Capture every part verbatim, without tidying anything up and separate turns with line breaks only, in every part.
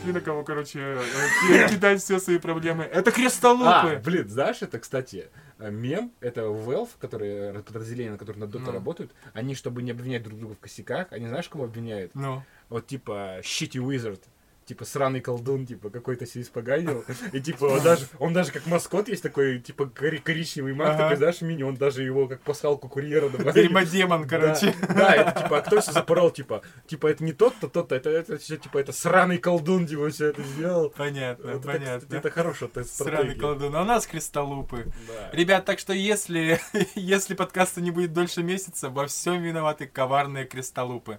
нашли на кого, короче, э, кидать все свои проблемы. Это крестолупы.
А, блин, знаешь, это, кстати, мем, это Valve, которые, подразделения, на которых над Dota
Ну.
работают, они, чтобы не обвинять друг друга в косяках, они знаешь, кого обвиняют?
Ну.
Вот типа Shitty Wizard. Типа сраный колдун, типа какой-то себе испоганил. И типа он даже, он даже как маскот есть такой, типа кори- коричневый маг,
Ага.
такой, знаешь, мини, он даже его как пасхалку курьера добавил.
Дерьмодемон, короче.
Да, да, это типа, а кто все запорол, типа, типа это не тот-то, тот-то, это, это все, типа, это сраный колдун, типа, все это сделал.
Понятно,
Это,
понятно.
Это, это хорошая это
Сраный
стратегия.
колдун. А у нас крестолупы.
Да.
Ребят, так что если, если подкаста не будет дольше месяца, во всем виноваты коварные крестолупы.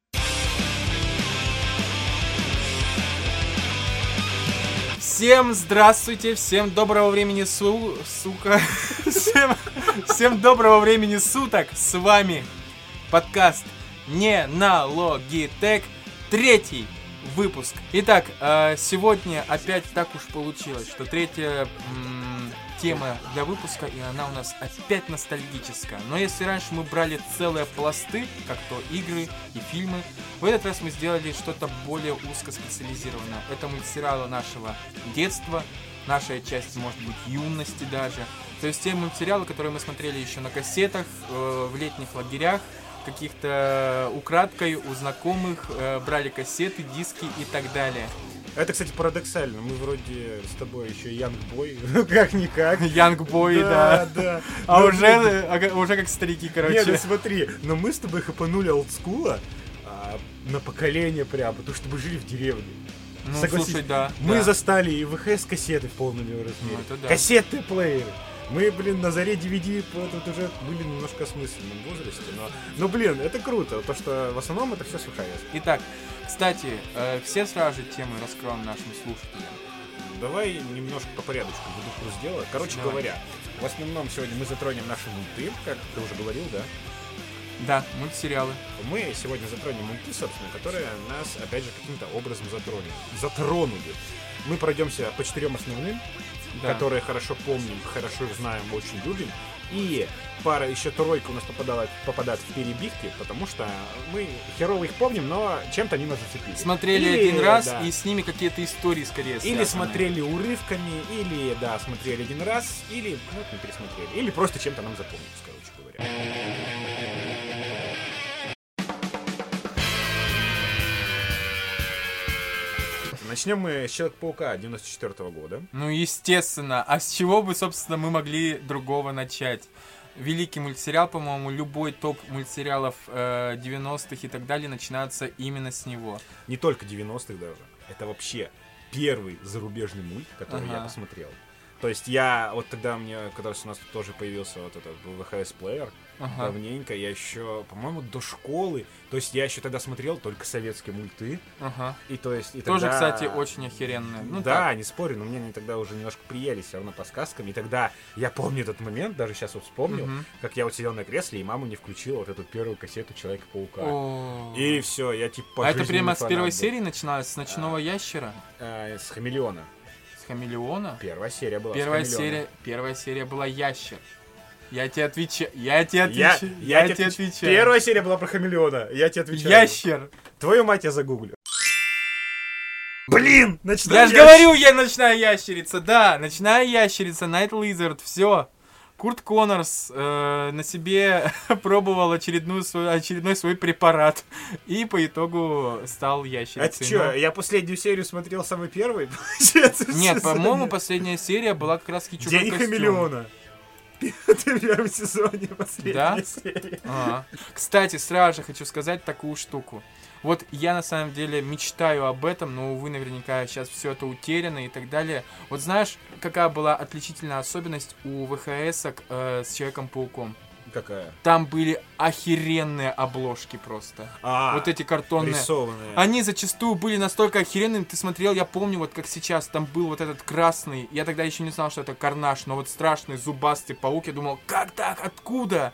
Всем здравствуйте, всем доброго времени су... сука... всем... всем доброго времени суток, с вами подкаст «Не на Logitech», третий выпуск. Итак, э, сегодня опять так уж получилось, что третья м, тема для выпуска, и она у нас опять ностальгическая. Но если раньше мы брали целые пласты, как то игры и фильмы, в этот раз мы сделали что-то более узкоспециализированное. Это мультсериалы нашего детства, наша часть, может быть, юности даже. То есть те мультсериалы, которые мы смотрели еще на кассетах, э, в летних лагерях, каких-то украдкой у знакомых, э, брали кассеты, диски и так далее.
Это, кстати, парадоксально. Мы вроде с тобой еще янгбой, как-никак.
Янгбой, да.
да.
А
Но,
уже,
блин,
а, уже как старики, короче.
Нет, ну смотри, но мы с тобой хапанули олдскула а, на поколение прям, потому что мы жили в деревне.
Ну,
Согласись,
слушай, да.
Мы
да.
застали и ВХС-кассеты в полном размере.
Ну, это да.
Кассетные плееры. Мы, блин, на заре ди ви ди тут уже были немножко осмысленном возрасте, но, но, блин, это круто, то, что в основном это все с ВХС.
Итак, кстати, э, все сразу же темы раскроем нашим слушателям.
Давай немножко по порядочку в духу сделать. Короче
Давай.
говоря, в основном сегодня мы затронем наши мульты, как ты уже говорил, да?
Да, мультсериалы.
Мы сегодня затронем мульты, собственно, которые нас, опять же, каким-то образом затронули. Затронули. Мы пройдемся по четырем основным,
Да.
которые хорошо помним, хорошо их знаем, очень любим. И пара, еще тройка у нас попадала, попадает в перебивки, потому что мы херово их помним, но чем-то они нас зацепили.
Смотрели
Или,
один раз,
да.
и с ними какие-то истории скорее
Или
связаны.
смотрели урывками, или, да, смотрели один раз, или, ну, вот не пересмотрели. Или просто чем-то нам запомнилось, короче говоря. Начнем мы с Человека-паука девяносто четвёртого года.
Ну, естественно. А с чего бы, собственно, мы могли другого начать? Великий мультсериал, по-моему, любой топ мультсериалов э, девяностых и так далее начинается именно с него.
Не только девяностых даже. Это вообще первый зарубежный мульт, который
Ага.
я посмотрел. То есть я, вот тогда мне, когда у нас тут тоже появился вот этот ВХС-плеер,
Ага.
давненько, я еще, по-моему, до школы, то есть я еще тогда смотрел только советские мульты,
Ага.
и то есть... И
Тоже,
тогда-
кстати, очень охеренные. Ну,
да,
так.
не спорю, но мне они тогда уже немножко приелись все равно по сказкам, и тогда я помню этот момент, даже сейчас вот вспомнил,
Мгм.
как я вот сидел на кресле, и мама мне включила вот эту первую кассету Человека-паука.
О.
И все, я типа
А это
пожизненный
прямо с
фанат
первой
был.
серии начиналось? С ночного ящера?
А, с Хамелеона.
С хамелеона?
Первая серия была. с
Первая
Хамелеона.
серия, первая серия была ящер. Я тебе отвечаю. Я тебе
Я,
отвечаю.
я,
Я,
тебе
тебе
отвеч-
отвечаю.
Первая серия была про Хамелеона. Я тебе отвечаю.
Ящер.
Твою мать я загуглю. Блин, ночной
Я же
ящер.
говорю, я ночная ящерица. Да, ночная ящерица, Night Lizard, все. Курт Коннорс э, на себе пробовал очередную свой, очередной свой препарат. И по итогу стал
А
ящерицей.
ты чё,
Но-
я последнюю серию смотрел самый первый? получается, в
Нет,
сезоне.
по-моему, последняя серия была как раз таки «Чужой
День
костюм».
Хамелеона. Это в первом сезоне последняя
Да?
серия.
Ага. Кстати, сразу же хочу сказать такую штуку. Вот я на самом деле мечтаю об этом, но, увы, наверняка сейчас все это утеряно и так далее. Вот знаешь, какая была отличительная особенность у ВХСок э, с Человеком-пауком?
Какая?
Там были охеренные обложки просто.
А,
Вот эти картонные.
рисованные.
Они зачастую были настолько охеренными, ты смотрел, я помню, вот как сейчас, там был вот этот красный, я тогда еще не знал, что это Карнаж, но вот страшный зубастый паук, я думал, как так, откуда?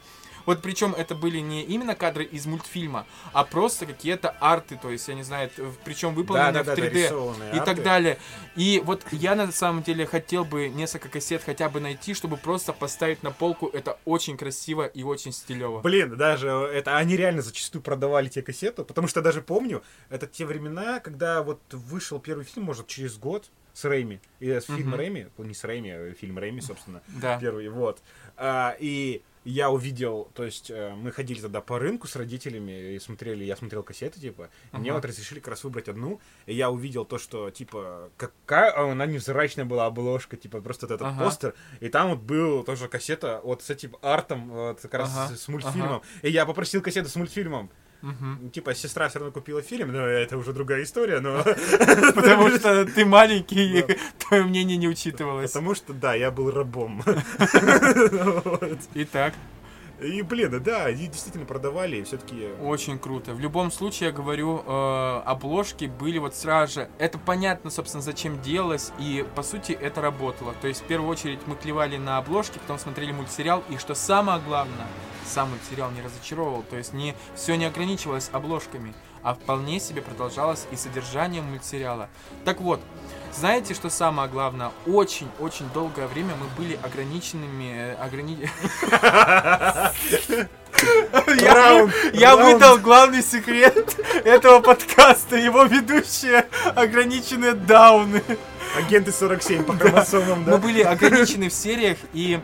Вот причем это были не именно кадры из мультфильма, а просто какие-то арты, то есть, я не знаю, причем выполненные
да, да,
в три дэ
да,
и
арты.
так далее. И вот я на самом деле хотел бы несколько кассет хотя бы найти, чтобы просто поставить на полку. Это очень красиво и очень стилево.
Блин, даже это они реально зачастую продавали те кассеты, потому что я даже помню, это те времена, когда вот вышел первый фильм, может, через год с Рэйми, и с фильм
Мгм.
Рэйми, не с Рэйми, а фильм Рэйми, собственно,
Да.
первый, вот. А, и я увидел, то есть э, мы ходили тогда по рынку с родителями и смотрели, я смотрел кассеты, типа, и мне
Ага.
вот разрешили как раз выбрать одну, и я увидел то, что, типа, какая она невзрачная была обложка, типа, просто вот этот
Ага.
постер, и там вот был тоже кассета вот с этим артом, вот как раз
Ага.
с, с мультфильмом, и я попросил кассету с мультфильмом.
Мгм.
Типа, сестра все равно купила фильм, но это уже другая история, но...
Потому что ты маленький, и твое мнение не учитывалось.
Потому что, да, я был рабом. Вот.
Итак,
И, блин, да, они действительно продавали, и все-таки...
очень круто. В любом случае, я говорю, э, обложки были вот сразу же. Это понятно, собственно, зачем делалось, и, по сути, это работало. То есть, в первую очередь, мы клевали на обложки, потом смотрели мультсериал, и, что самое главное, сам мультсериал не разочаровывал. То есть, не, все не ограничивалось обложками, а вполне себе продолжалось и содержанием мультсериала. Так вот, знаете, что самое главное? Очень-очень долгое время мы были ограниченными... э, ограни... Я,
Раунд,
я
раунд.
выдал главный секрет этого подкаста. Его ведущие ограниченные дауны.
Агенты сорок семь по хромосомам,
Мы
да?
были ограничены в сериях и...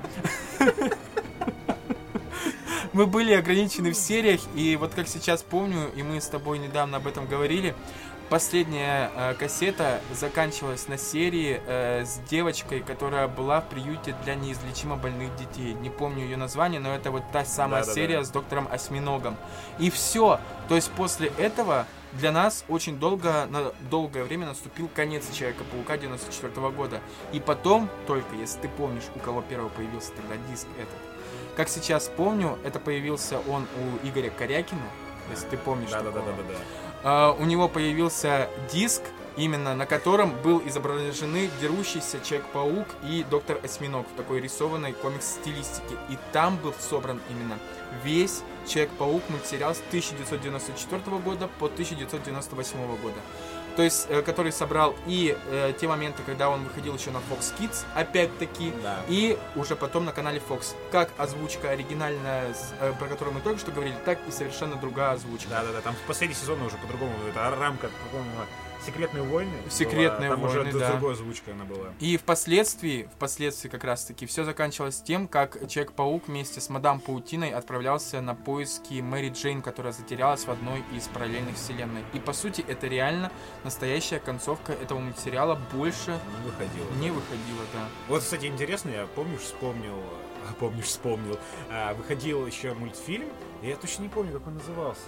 Мы были ограничены в сериях, и вот как сейчас помню, и мы с тобой недавно об этом говорили, последняя э, кассета заканчивалась на серии э, с девочкой, которая была в приюте для неизлечимо больных детей. Не помню ее название, но это вот та самая
Да-да-да.
серия с доктором Осьминогом. И все. То есть после этого для нас очень долго, на долгое время наступил конец Человека-паука девяносто четвёртого года. И потом, только если ты помнишь, у кого первого появился тогда диск этот. Как сейчас помню, это появился он у Игоря Корякина, если ты помнишь такого.
Да-да-да-да-да.
Uh, у него появился диск, именно на котором был изображены дерущийся Человек-паук и Доктор Осьминог в такой рисованной комикс-стилистике. И там был собран именно весь Человек-паук мультсериал с тысяча девятьсот девяносто четвёртого года по тысяча девятьсот девяносто восьмого года. То есть, э, который собрал и э, те моменты, когда он выходил еще на Fox Kids, опять-таки,
Да.
и уже потом на канале Fox. Как озвучка оригинальная, с- э, про которую мы только что говорили, так и совершенно другая озвучка.
Да-да-да, там в последний сезон уже по-другому, это рамка, по-моему, «Секретные войны».
«Секретные
была, там
войны»,
уже
да.
с другой озвучкой она была.
И впоследствии, впоследствии как раз-таки, все заканчивалось тем, как Человек-паук вместе с Мадам Паутиной отправлялся на поиски Мэри Джейн, которая затерялась в одной из параллельных вселенной. И по сути, это реально настоящая концовка этого мультсериала больше
Не выходила.
не выходила, да.
Вот, кстати, интересно, я помнишь, вспомнил, помнишь, вспомнил, а, выходил еще мультфильм, и я точно не помню, как он назывался.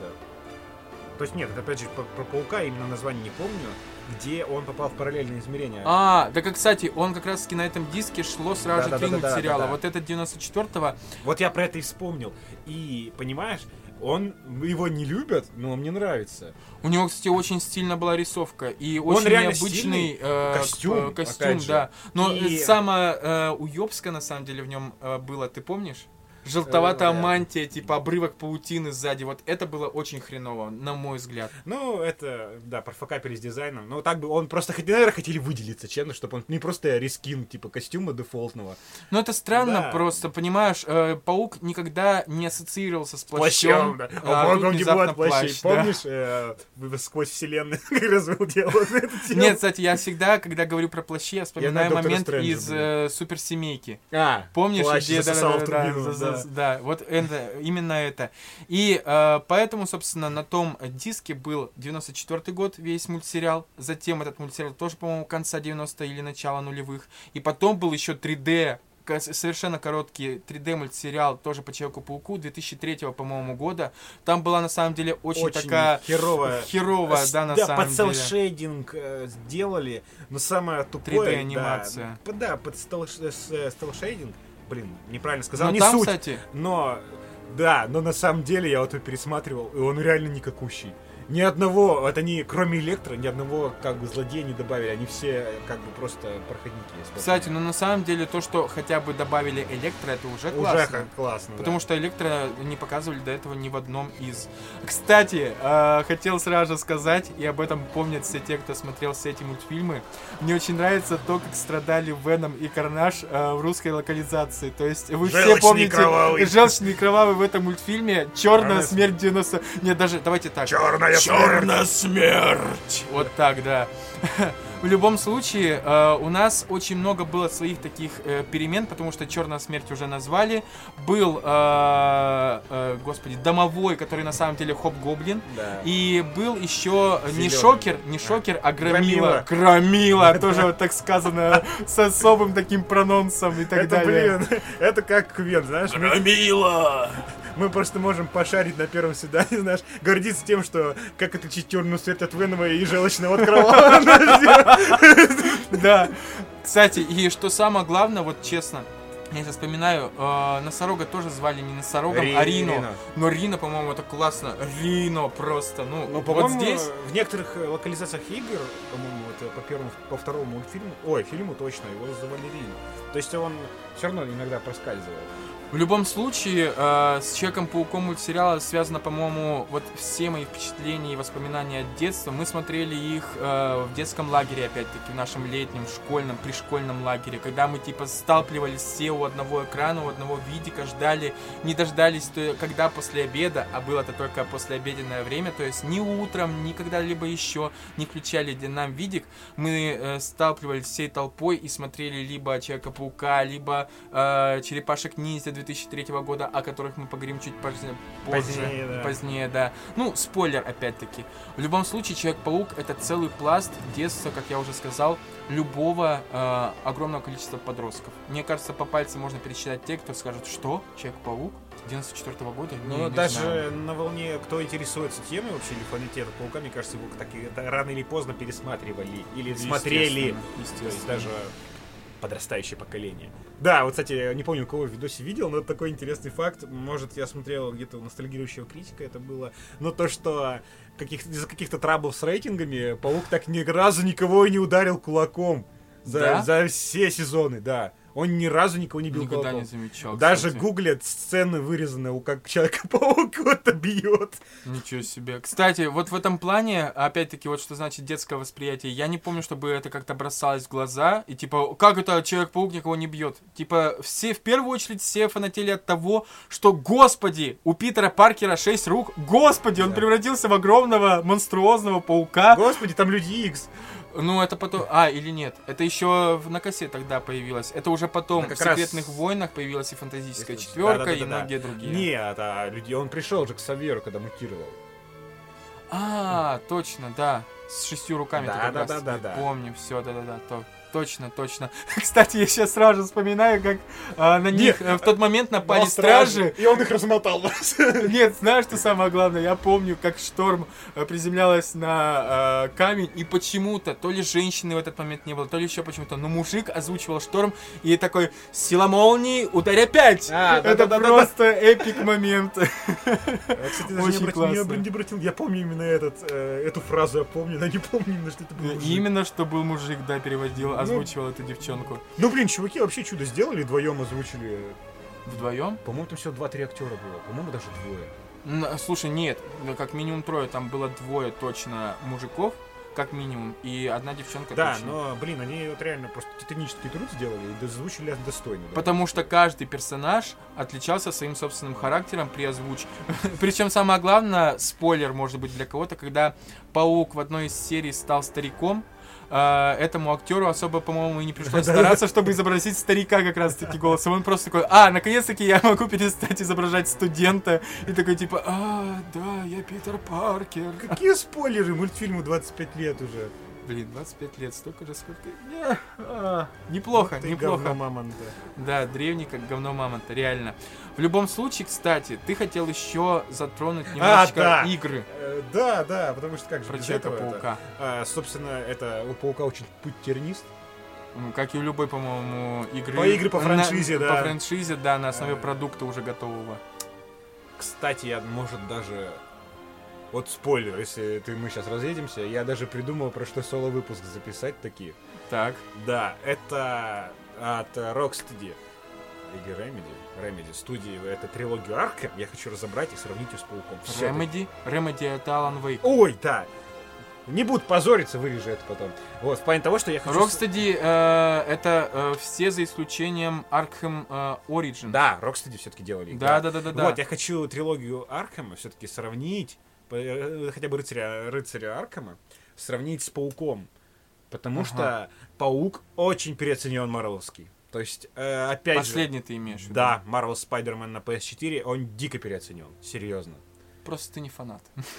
То есть нет, это опять же про, про паука, именно название не помню, где он попал в параллельное измерение.
А, да, как, кстати, он как раз-таки на этом диске шло сразу же три
Да-да-да-да-да-да.
мультсериала. Вот этот девяносто четвёртого.
Вот я про это и вспомнил. И, понимаешь, он, его не любят, но он мне нравится.
У него, кстати, очень стильно была рисовка. И
Он
очень
реально
необычный
стильный.
э,
Костюм,
э, костюм,
опять же.
да. Но
И-
самое э, уёбское, на самом деле, в нем э, было, ты помнишь? Желтоватая
Э, да.
мантия, типа обрывок паутины сзади. Вот это было очень хреново, на мой взгляд.
Ну, это, да, профокапили с дизайном. Но так бы он просто, хот- наверное, хотели выделиться, честно, чтобы он не просто рескин, типа, костюма дефолтного.
Но это странно
Да.
просто, понимаешь, э, паук никогда не ассоциировался с плащом.
Плащом, да.
а
А
тут
много не
внезапно
бывает плащей.
плащ, да.
Помнишь, э, вы сквозь вселенную как раз был делал вот эту тему?
Нет, кстати, я всегда, когда говорю про плащи, я вспоминаю
Доктора
момент
Стрэнджа,
из
блин.
э, суперсемейки.
А,
Помнишь,
плащ
где
засосал в
да, да,
турбину,
да, за-
да.
за- да, вот это, именно это. И э, поэтому, собственно, на том диске был девяносто четвёртый год весь мультсериал. Затем этот мультсериал тоже, по-моему, конца девяностых или начала нулевых. И потом был еще три дэ, ка- совершенно короткий три дэ мультсериал, тоже по Человеку-пауку, две тысячи третьего, по-моему, года. Там была, на самом деле, очень, такая
херовая.
херовая,
С-
да, на
да,
самом
под
деле.
селшейдинг э, сделали, но самое тупое...
три дэ-анимация.
Да, да, под селшейдинг, блин, неправильно сказал,
Но
не
там,
суть,
кстати,
но... Да, но на самом деле я вот его пересматривал, и он реально никакущий. ни одного, это не, кроме Электро, ни одного как бы злодея не добавили, они все как бы просто проходники.
Кстати, ну на самом деле то, что хотя бы добавили Электро, это уже классно.
Уже классно,
Потому
да.
что Электро не показывали до этого ни в одном из... Кстати, э, хотел сразу же сказать, и об этом помнят все те, кто смотрел все эти мультфильмы, мне очень нравится то, как страдали Веном и Карнаж э, в русской локализации. То есть вы
Желчный
все помните...
кровавый.
Желчный и кровавый в этом мультфильме. Черная смерть девяносто... Нет, даже, давайте так.
Черная
Черная смерть! Вот так, да. В любом случае, э, у нас очень много было своих таких э, перемен, потому что Черная смерть уже назвали. Был, э, э, господи, Домовой, который на самом деле Хоп-Гоблин.
Да.
И был еще
Зелёный.
не Шокер, не Шокер, а Громила.
Громила.
Громила, тоже вот так сказано, с особым таким прононсом и так
Это,
далее.
блин, это как Квен, знаешь? мы-
Громила!
Мы просто можем пошарить на первом свидании, знаешь, гордиться тем, что как отличить черную смерть от Венома и желчного от кровавого.
Да. Кстати, и что самое главное, вот честно, я сейчас вспоминаю, э, Носорога тоже звали не Носорогом,
Ри-
а Рино.
Рино.
Но Рино, по-моему, это классно. Рино просто. Ну,
Ну,
вот
по-моему,
здесь...
в некоторых э, локализациях игр, по-моему, это по первому, по второму мультфильму, ой, фильму точно, его звали Рино. То есть он все равно иногда проскальзывал.
В любом случае, э, с Человеком-пауком мультсериала связано, по-моему, вот все мои впечатления и воспоминания от детства. Мы смотрели их э, в детском лагере, опять-таки, в нашем летнем, школьном, пришкольном лагере, когда мы, типа, сталкивались все у одного экрана, у одного видика, ждали, не дождались, то, когда после обеда, а было это только послеобеденное время, то есть ни утром, ни когда-либо еще не включали нам видик, мы э, сталкивались всей толпой и смотрели либо Человека-паука, либо э, Черепашек-ниндзя две тысячи третьего года, о которых мы поговорим чуть позже.
Позднее, да.
Позднее, да. Ну, спойлер, опять-таки. В любом случае, Человек-паук — это целый пласт детства, как я уже сказал, любого э, огромного количества подростков. Мне кажется, по пальцам можно пересчитать те, кто скажет, что Человек-паук девяносто четвёртого года? Не,
Ну,
не
даже
знаю.
на волне, кто интересуется темой вообще, или фанатеет Паука, мне кажется, его так и это рано или поздно пересматривали. Или смотрели.
Естественно,
То есть
естественно.
даже подрастающее поколение. Да, вот, кстати, я не помню, у кого в видосе видел, но это такой интересный факт. Может, я смотрел где-то у ностальгирующего критика это было. Но то, что каких из-за каких-то траблов с рейтингами Паук так ни разу никого и не ударил кулаком. За,
Да?
за все сезоны, да. Он ни разу никого не бил
Никогда
кулаком.
не замечал,
Даже
кстати.
гуглят сцены вырезанные, у как Человека-паук кого-то бьет.
Ничего себе. Кстати, вот в этом плане, опять-таки, вот что значит детское восприятие, я не помню, чтобы это как-то бросалось в глаза, и типа, как это Человек-паук никого не бьет? Типа, все, в первую очередь, все фанатели от того, что, господи, у Питера Паркера шесть рук, господи, он
Да.
превратился в огромного монструозного паука.
Господи, там Люди Икс.
Ну, это потом... А, или нет. Это еще в- на кассетах, да, появилось. Это уже потом
Да,
в
как раз-
«Секретных войнах» появилась и «Фантастическая
Если-
четверка», и
да-да-да-да.
многие другие.
Нет, а люди, он пришел же к Саверу, когда мутировал.
А, точно, да. С шестью руками.
Да,
ты как
да,
раз
да, да,
таки
да.
Помню, все, да-да-да. То, точно, точно. Кстати, я сейчас сразу же вспоминаю, как а, на них а, в тот момент напали
Напал
стражи.
И он их размотал.
Нет, знаешь, что самое главное? Я помню, как Шторм э, приземлялась на э, камень, и почему-то, то ли женщины в этот момент не было, то ли еще почему-то, но мужик озвучивал Шторм, и такой, сила молнии, ударь опять!
А,
Это
да-да-да-да-да.
просто эпик момент.
Я, кстати, даже
Очень
не обратил, не
классно.
обратил. Я помню именно этот, э, эту фразу, я помню, но не помню именно, что это был мужик.
Именно, что был мужик, да, переводил,
Ну.
озвучивал эту девчонку.
Ну, блин, чуваки вообще чудо сделали, вдвоем озвучили.
Вдвоем?
По-моему, там всего два-три актера было. По-моему, даже двое.
Н- Слушай, нет, ну, как минимум трое, там было двое точно мужиков, как минимум, и одна девчонка
Да,
точно.
но, блин, они вот реально просто титанический труд сделали и озвучили достойно. Да.
Потому что каждый персонаж отличался своим собственным характером при озвучке. Причем самое главное, спойлер может быть для кого-то, когда Паук в одной из серий стал стариком, э, этому актеру особо, по-моему, и не пришлось стараться, чтобы изобразить старика как раз-таки голосом. Он просто такой, а, наконец-таки я могу перестать изображать студента. И такой типа, а, да, я Питер Паркер.
Какие спойлеры мультфильму двадцать пять лет уже.
Блин, двадцать пять лет, столько же, сколько... Не, а, неплохо,
Ты
неплохо.
говно мамонта.
Да, древний как говно мамонта, реально. В любом случае, кстати, ты хотел еще затронуть немножечко
да.
игры
Э, Да, да, потому что как же
про
без этого это?
Человека-паука.
А, собственно, это у Паука очень путь тернист.
М, Как и у любой, по-моему, игры.
По игры по
На-
франшизе, да.
По франшизе, да, на основе
Э.
продукта уже готового.
Кстати, я, может, даже... Вот спойлер, если ты, мы сейчас разъедемся, я даже придумал, про что соло-выпуск записать такие.
Так.
Да, это от Rocksteady. Или Remedy, Remedy студии, это трилогию Аркхем. Я хочу разобрать и сравнить ее с Пауком. Всё
Remedy? Remedy это Alan Wake.
Ой, да. Не буду позориться, вырежу это потом. Вот, в плане того, что я хочу...
Rocksteady э, это э, все за исключением Arkham э, Origins.
Да, Rocksteady все-таки делали.
Да, да, да, да, да.
Вот, я хочу трилогию Аркхема все-таки сравнить, э, хотя бы рыцаря, рыцаря Аркхема, сравнить с Пауком. Потому ага. что Паук очень переоценен марвеловский. То есть, э, опять
Последний
же...
ты имеешь в виду?
Да, Marvel Spider-Man на пи эс четыре, он дико переоценен. Серьезно.
Просто ты не фанат.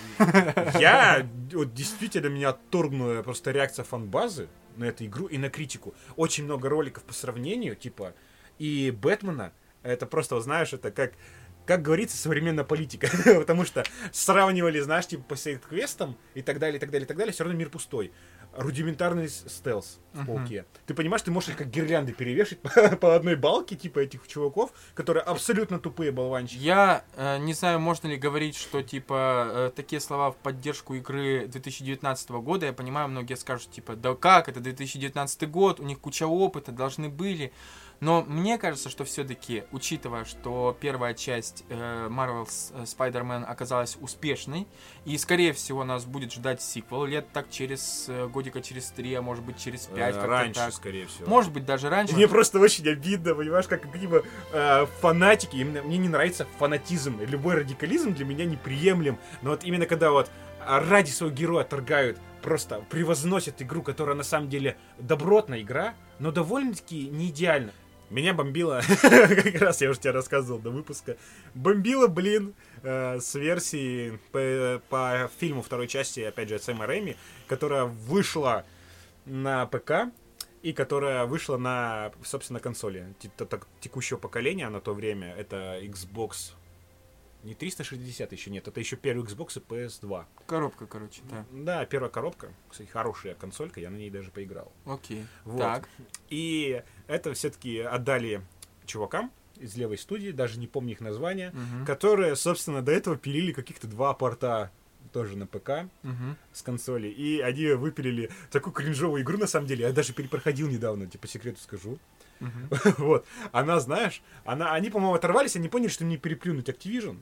Я, вот действительно, меня отторгнула просто реакция фан-базы на эту игру и на критику. Очень много роликов по сравнению, типа, и Бэтмена, это просто, вот, знаешь, это как, как говорится, современная политика. Потому что сравнивали, знаешь, типа, по сейд-квестам и так далее, и так далее, и так далее, все равно мир пустой. Рудиментарный стелс в uh-huh. Пауке. Ты понимаешь, ты можешь их как гирлянды перевешать по, по одной балке, типа этих чуваков, которые абсолютно тупые болванчики.
Я э, не знаю, можно ли говорить, что типа э, такие слова в поддержку игры две тысячи девятнадцатого года. Я понимаю, многие скажут, типа, да как, это две тысячи девятнадцатый год, у них куча опыта, должны были. Но мне кажется, что все-таки, учитывая, что первая часть э, Marvel's Spider-Man оказалась успешной, и, скорее всего, нас будет ждать сиквел лет так через э, годика через три, а может быть через пять.
Э, раньше, так. скорее всего.
Может быть, даже раньше.
Мне просто очень обидно, понимаешь, как какие-то э, фанатики, именно, мне не нравится фанатизм, любой радикализм для меня неприемлем, но вот именно когда вот ради своего героя торгают, просто превозносят игру, которая на самом деле добротная игра, но довольно-таки не идеальна. Меня бомбило, как раз я уже тебе рассказывал до выпуска, бомбило, блин, э, с версии по, по фильму второй части, опять же, от Сэма Рэйми, которая вышла на ПК и которая вышла на, собственно, консоли текущего поколения на то время. Это Xbox... Не триста шестьдесят еще нет, это еще первый Xbox и пи эс два.
Коробка, короче, да.
Да, первая коробка. Кстати, хорошая консолька, я на ней даже поиграл.
Окей,
вот.
Так.
И это все-таки отдали чувакам из левой студии, даже не помню их название,
угу.
которые, собственно, до этого пилили каких-то два порта тоже на ПК
угу.
с консоли. И они выпилили такую кринжовую игру, на самом деле. Я даже перепроходил недавно, типа, секрету скажу. Uh-huh. Вот. Она, знаешь, она, они, по-моему, оторвались, они поняли, что не переплюнуть Activision.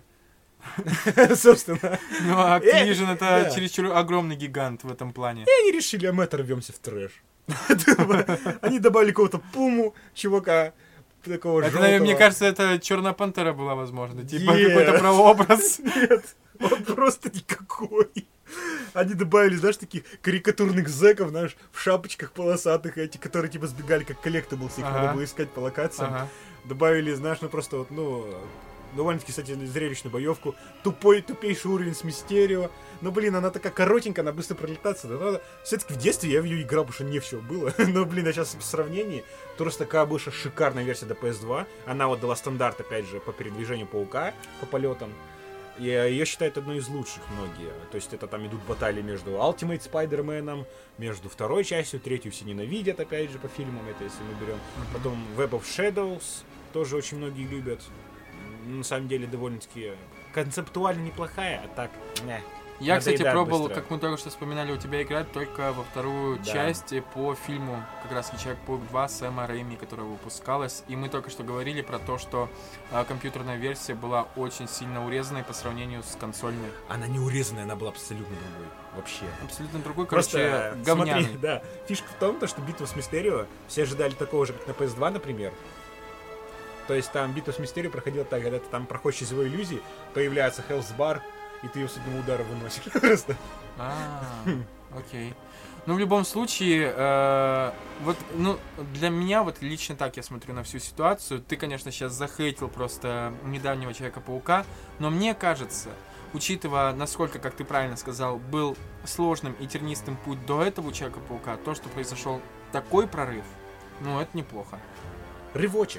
Собственно.
Ну, Activision это чересчур огромный гигант в этом плане.
И они решили, а мы оторвемся в трэш. Они добавили какого-то Пуму, чувака, такого желтого.
Это, мне кажется, это Черная Пантера была, возможно. Типа какой-то прообраз.
Нет, он просто никакой. Они добавили, знаешь, таких карикатурных зэков, знаешь, в шапочках полосатых, эти, которые типа сбегали как коллектаблс, их ага. надо было искать по локациям. Ага. Добавили, знаешь, ну просто вот, ну, довольно-таки, кстати, зрелищную боевку. Тупой, тупейший уровень с Мистерио. Но, блин, она такая коротенькая, она быстро пролетаться. Но все-таки в детстве я в нее играл, потому что не все было. Но, блин, а сейчас в сравнении, то раз такая вышла шикарная версия до пи эс два. Она вот дала стандарт, опять же, по передвижению Паука, по полетам. И ее считают одной из лучших многие. То есть это там идут баталии между Ultimate Spider-Man, между второй частью, третью все ненавидят, опять же, по фильмам, это если мы берем. Mm-hmm. Потом Web of Shadows тоже очень многие любят. На самом деле довольно-таки концептуально неплохая, а так, не.
Я, кстати, пробовал, быстро. Как мы только что вспоминали, у тебя играть только во вторую да. часть по фильму, как раз Человек-паук два Сэма Рэйми, которая выпускалась. И мы только что говорили про то, что а, компьютерная версия была очень сильно урезанной по сравнению с консольной.
Она не урезанная, она была абсолютно другой. Вообще.
Абсолютно другой, короче,
просто,
говняный.
Смотри, да. Фишка в том, что битву с Мистерио все ожидали такого же, как на пи эс два, например. То есть там битва с Мистерио проходила так, когда ты там проходишь из его иллюзии, появляется Хелсбар, и ты ее с одного удара выносишь. Просто.
А, окей. Ну, в любом случае, э, вот, ну, для меня, вот лично так я смотрю на всю ситуацию. Ты, конечно, сейчас захейтил просто недавнего Человека-паука, но мне кажется, учитывая, насколько, как ты правильно сказал, был сложным и тернистым путь до этого Человека-паука, то, что произошел такой прорыв, ну, это неплохо.
Рывочек.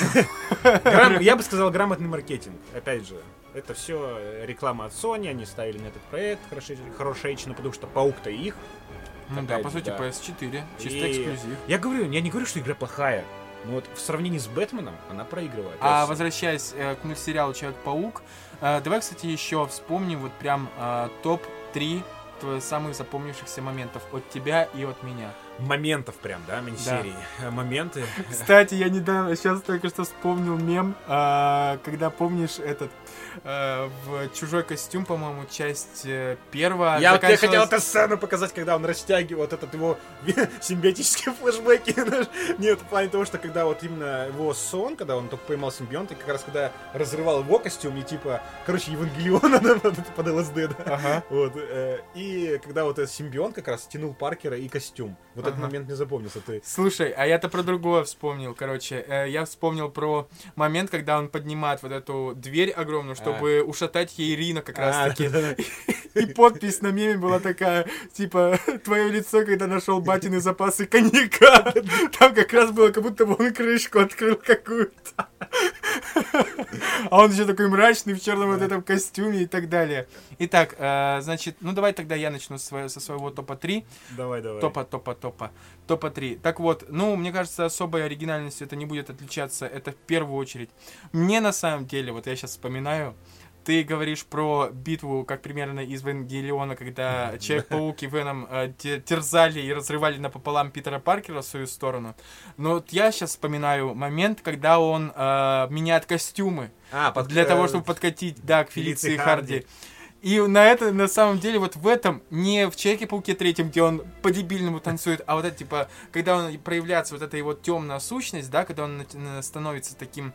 Грам... Я бы сказал, грамотный маркетинг. Опять же, это все реклама от Sony, они ставили на этот проект хорошечно, потому что Паук-то их.
Ну да, по сути, да. пи эс четыре, чисто и... эксклюзив.
Я говорю, я не говорю, что игра плохая. Но вот в сравнении с Бэтменом она проигрывает.
А возвращаясь э, к мультсериалу «Человек-паук», э, давай, кстати, еще вспомним вот прям э, топ три твоих самых запомнившихся моментов от тебя и от меня.
Моментов прям, да, мини-серии. Да. Моменты.
Кстати, я недавно, сейчас только что вспомнил мем, э, когда, помнишь, этот э, в «Чужой костюм», по-моему, часть э, первая.
Я вот тебе хотел эту сцену показать, когда он растягивал вот этот его симбиотические флешбеки. Нет, в плане того, что когда вот именно его сон, когда он только поймал симбионта, как раз когда разрывал его костюм, и типа, короче, Евангелиона под ЛСД, да.
Ага.
Вот. И когда вот этот симбионт как раз тянул Паркера и костюм. Вот этот момент не запомнился ты.
Слушай, а я-то про другое вспомнил, короче. Э, я вспомнил про момент, когда он поднимает вот эту дверь огромную, чтобы а. ушатать ей Рина как раз-таки. А, и подпись на меме была такая, типа, твое лицо, когда нашел батины запасы коньяка. Там как раз было, как будто бы он крышку открыл какую-то. А он еще такой мрачный в черном вот этом костюме и так далее. Итак, э, значит, ну давай тогда я начну со своего, со своего топа три.
Давай, давай.
Топа, топа, топа. Топа три. Так вот, ну, мне кажется, особой оригинальностью это не будет отличаться. Это в первую очередь. Мне на самом деле, вот я сейчас вспоминаю, ты говоришь про битву, как примерно из Евангелиона, когда Человек-паук и Веном э, терзали и разрывали напополам Питера Паркера в свою сторону. Но вот я сейчас вспоминаю момент, когда он э, меняет костюмы а, под... для того, чтобы подкатить, да, к Фелиции Харди. Харди. И на это, на самом деле, вот в этом, не в Человеке-пауке третьем, где он по-дебильному танцует, а вот это, типа, когда он проявляется, вот эта его темная сущность, да, когда он становится таким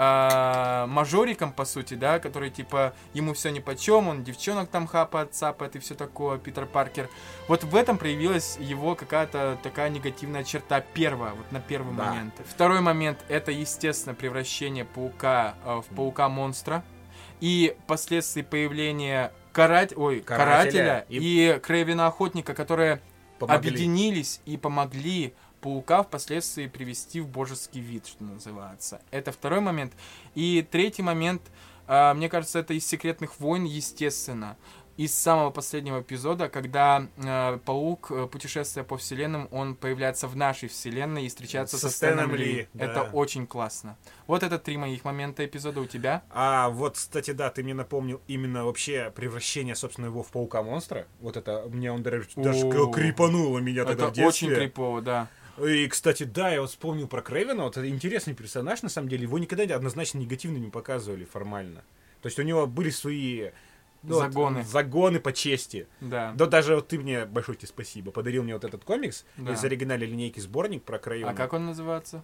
э, мажориком, по сути, да, который, типа, ему все нипочем, он девчонок там хапает, цапает и все такое, Питер Паркер. Вот в этом проявилась его какая-то такая негативная черта первая, вот на первый да. момент. Второй момент, это, естественно, превращение паука э, в паука-монстра. И последствия появления карать... Ой, карателя, карателя и, и Крэвена Охотника, которые помогли. объединились и помогли паука впоследствии привести в божеский вид, что называется. Это второй момент. И третий момент, э, мне кажется, это из «Секретных войн», естественно. Из самого последнего эпизода, когда э, паук, э, путешествуя по вселенным, он появляется в нашей вселенной и встречается со, со Стэном Ли. Ли. Да. Это очень классно. Вот это три моих момента эпизода у тебя.
А вот, кстати, да, ты мне напомнил именно вообще превращение, собственно, его в паука-монстра. Вот это мне он даже, даже крипануло меня тогда
это
в детстве.
Это очень крипово, да.
И, кстати, да, я вот вспомнил про Крэвена. Вот это интересный персонаж, на самом деле. Его никогда однозначно негативно не показывали формально. То есть у него были свои... Ну,
загоны.
Вот, загоны по чести.
Да.
Да даже вот ты мне, большое тебе спасибо, подарил мне вот этот комикс
да.
из оригинальной линейки сборник про Крэйвена.
А как он называется?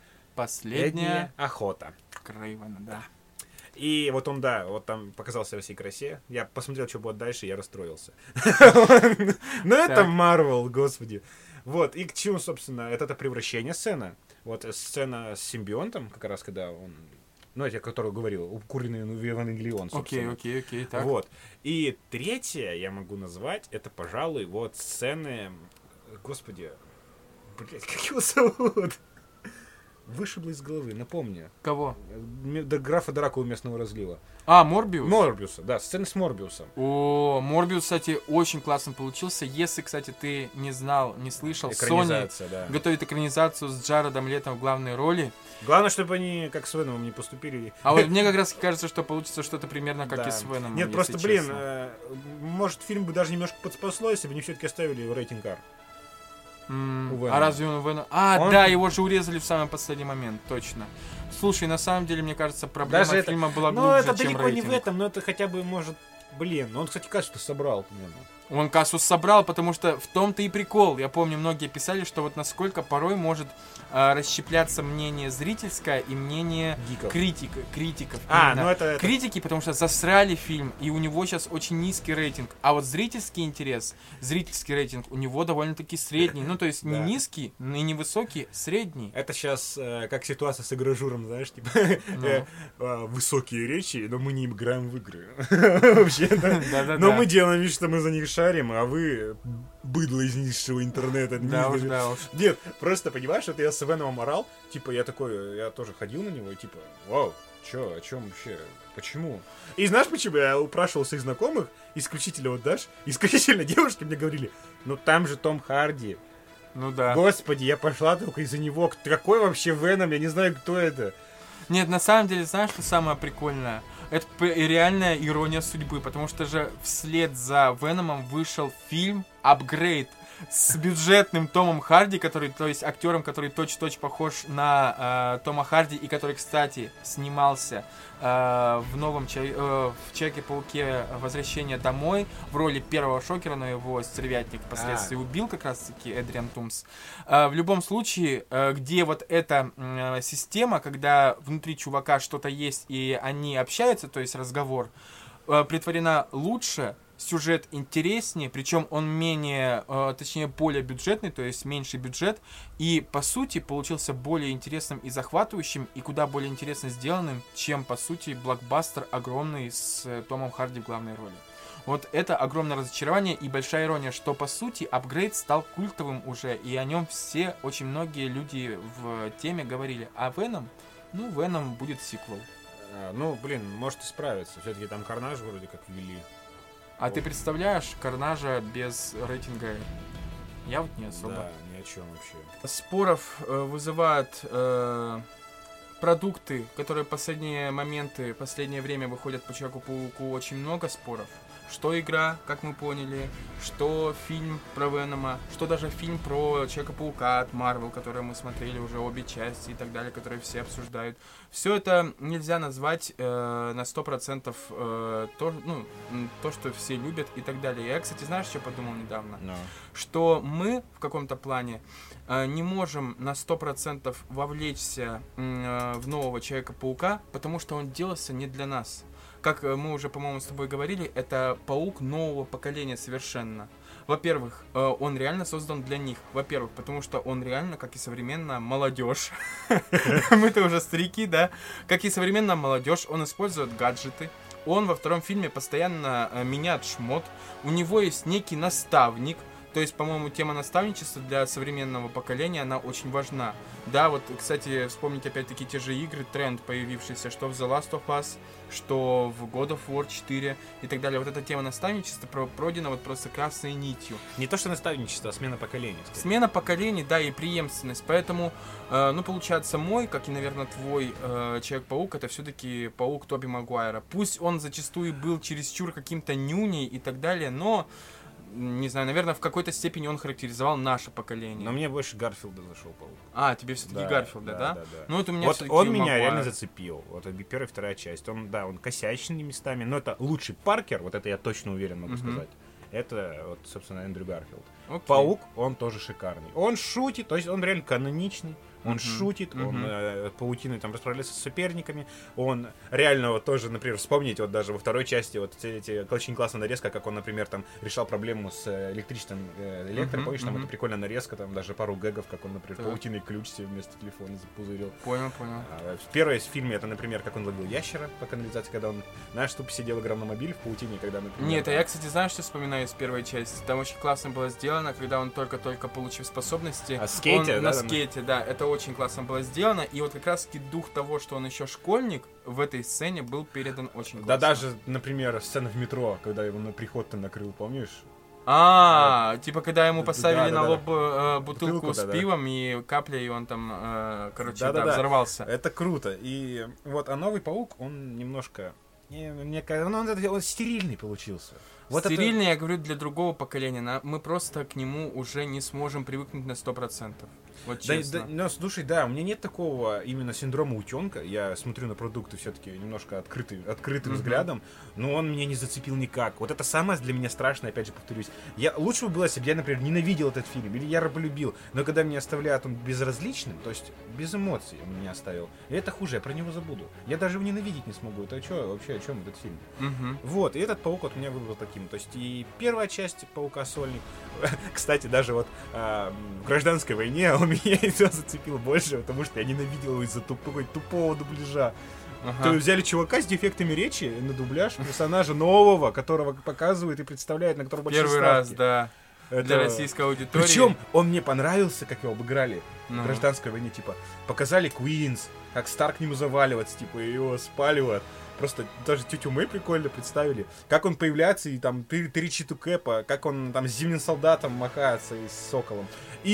Последняя
охота.
Крэйвена, да.
И вот он, да, вот там показался во всей красе. Я посмотрел, что будет дальше, и я расстроился. Ну это Марвел, господи. Вот, и к чему, собственно, это превращение сцена. Вот сцена с симбионтом, как раз когда он... Ну, это я, который говорил, укуренный Евангелион, собственно.
Окей, окей, окей, так.
Вот. И третье я могу назвать, это, пожалуй, вот сцены... Господи, блядь, как его зовут? Вышибло из головы, напомни.
Кого?
До графа Дракулы местного разлива.
А, Морбиус?
Морбиуса, да, сцена с Морбиусом.
О, Морбиус, кстати, очень классно получился. Если, кстати, ты не знал, не слышал, Sony
да.
готовит экранизацию с Джаредом Летом в главной роли.
Главное, чтобы они как с Веномом не поступили.
А вот мне как раз кажется, что получится что-то примерно как
да.
и с Веномом.
Нет, просто, блин, э, может, фильм бы даже немножко подспасло, если бы они все-таки оставили рейтинг R.
Mm, а разве он Веном? А, он... да, его же урезали в самый последний момент, точно. Слушай, на самом деле, мне кажется, проблема
даже
фильма
это...
была глубже,
ну, это
чем
далеко
рейтинг.
Не в этом, но это хотя бы может... Блин, ну он, кстати, кассу-то собрал, по-моему.
Он кассу собрал, потому что в том-то и прикол. Я помню, многие писали, что вот насколько порой может э, расщепляться мнение зрительское и мнение критика, критиков.
А, ну это, это...
Критики, потому что засрали фильм, и у него сейчас очень низкий рейтинг. А вот зрительский интерес, зрительский рейтинг у него довольно-таки средний. Ну, то есть не низкий, и не высокий, средний.
Это сейчас э, как ситуация с игражуром, знаешь, типа высокие речи, но мы не играем в игры. Вообще, да. Но мы делаем вид, что мы за них шарим, а вы быдло из низшего интернета.
Да уж, да уж.
Нет, просто понимаешь, это я с Веномом орал, типа я такой, я тоже ходил на него, и типа, вау, чё, о чем вообще, почему? И знаешь почему? Я упрашивал своих знакомых, исключительно вот, Даш, исключительно девушки мне говорили, ну там же Том Харди.
Ну да.
Господи, я пошла только из-за него. Какой вообще Веном? Я не знаю, кто это.
Нет, на самом деле, знаешь, что самое прикольное? Это реальная ирония судьбы, потому что же вслед за Веномом вышел фильм «Апгрейд» с бюджетным Томом Харди, который, то есть актером, который точь-в-точь похож на э, Тома Харди, и который, кстати, снимался э, в новом ча- э, в Человеке-пауке «Возвращение домой» в роли первого Шокера, но его стервятник впоследствии а. убил как раз-таки Эдриан Тумс. Э, в любом случае, э, где вот эта э, система, когда внутри чувака что-то есть и они общаются, то есть разговор, э, притворена лучше, сюжет интереснее, причем он менее, э, точнее, более бюджетный, то есть меньший бюджет, и, по сути, получился более интересным и захватывающим, и куда более интересно сделанным, чем, по сути, блокбастер огромный с э, Томом Харди в главной роли. Вот это огромное разочарование и большая ирония, что, по сути, Апгрейд стал культовым уже, и о нем все, очень многие люди в теме говорили. А Веном, ну, Веном будет сиквел.
А, ну, блин, может и справиться. Все-таки там Карнаж вроде как ввели.
А вот. Ты представляешь Карнажа без рейтинга? Я вот не особо.
Да, ни о чем вообще.
Споров э, вызывают э, продукты, которые в последние моменты, последнее время выходят по Человеку-пауку, очень много споров. Что игра, как мы поняли, что фильм про Венома, что даже фильм про Человека-паука от Marvel, который мы смотрели уже обе части и так далее, которые все обсуждают. Все это нельзя назвать э, на сто процентов э, то, ну, то, что все любят и так далее. Я, кстати, знаешь, что подумал недавно?
No.
Что мы в каком-то плане э, не можем на сто процентов вовлечься э, в нового Человека-паука, потому что он делался не для нас. Как мы уже, по-моему, с тобой говорили, это паук нового поколения совершенно. Во-первых, он реально создан для них. Во-первых, потому что он реально, как и современная молодежь. Мы-то уже старики, да? Как и современная молодежь, он использует гаджеты. Он во втором фильме постоянно меняет шмот. У него есть некий наставник. То есть, по-моему, тема наставничества для современного поколения, она очень важна. Да, вот, кстати, вспомнить опять-таки те же игры, тренд появившийся, что в The Last of Us, что в God of War четыре и так далее. Вот эта тема наставничества пройдена вот просто красной нитью.
Не то, что наставничество, а смена поколений.
Кстати. Смена поколений, да, и преемственность. Поэтому, э, ну, получается, мой, как и, наверное, твой э, Человек-паук, это все-таки паук Тоби Магуайра. Пусть он зачастую был чересчур каким-то нюней и так далее, но... Не знаю, наверное, в какой-то степени он характеризовал наше поколение.
Но мне больше Гарфилда зашел паук.
А, тебе все-таки да, Гарфилда, да? Да, да, да. Ну, это у меня
вот
все-таки
он меня
Магуайр.
реально зацепил. Вот первая и вторая часть. Он, да, он косячный местами, но это лучший Паркер, вот это я точно уверен могу uh-huh. сказать. Это, вот, собственно, Эндрю Гарфилд. Okay. Паук, он тоже шикарный. Он шутит, то есть он реально каноничный. Он uh-huh. шутит, uh-huh. он э, паутиной там расправляется с соперниками. Он реально вот тоже, например, вспомнить вот даже во второй части вот эти, эти очень классная нарезка, как он, например, там решал проблему с электричеством э, электро, uh-huh. помнишь, там uh-huh. это прикольная нарезка, там даже пару гэгов, как он, например, uh-huh. паутиной ключ себе вместо телефона запузырил.
Понял, понял.
А, в первой фильме это, например, как он ловил ящера по канализации, когда он, знаешь, тупо сидел, играл на мобиле в паутине, когда, например...
Нет, а я, кстати, знаешь, что вспоминаю из первой части? Там очень классно было сделано, когда он только-только получив способности...
А скейте,
он
да?
На скейте, да, это очень классно было сделано. Сделано, и вот как раз таки дух того, что он еще школьник, в этой сцене был передан очень классно.
Да даже, например, сцена в метро, когда его на приход-то накрыл, помнишь?
А, типа когда ему поставили
да,
на
да,
лоб э, бутылку,
бутылку
с
да,
пивом
да.
и капля, и он там, э, короче,
да,
да,
да, да.
взорвался.
Это круто. И вот, а новый паук, он немножко, не, мне, он, он, он стерильный получился.
Вот стерильный, это... я говорю, для другого поколения. Мы просто к нему уже не сможем привыкнуть на сто процентов. Вот честно.
Да, да, но, слушай, да, у меня нет такого именно синдрома утенка. Я смотрю на продукты все-таки немножко открытый, открытым uh-huh. взглядом, но он меня не зацепил никак. Вот это самое для меня страшное, опять же повторюсь. Я, лучше бы было, если бы я, например, ненавидел этот фильм, или я полюбил, но когда меня оставляют он безразличным, то есть без эмоций он меня оставил, и это хуже, я про него забуду. Я даже его ненавидеть не смогу. Это что вообще, о чем этот фильм?
Uh-huh.
Вот, и этот паук вот меня выбрал таким. То есть и первая часть Паука Сольник, кстати, даже вот а, в Гражданской войне он меня еще зацепил больше, потому что я ненавидел его из-за тупого, тупого дубляжа. Ага. То есть взяли чувака с дефектами речи на дубляж персонажа нового, которого показывают и представляют, на которого большие
Первый
ставки.
раз, да. Это... Для российской аудитории.
Причем он мне понравился, как его обыграли
ну.
в Гражданской войне, типа, показали Куинс, как Старк к нему заваливается, типа, и его спаливают. Просто даже тетю Мэй прикольно представили. Как он появляется и там перечит у Кэпа, как он там с зимним солдатом махается и с Соколом. И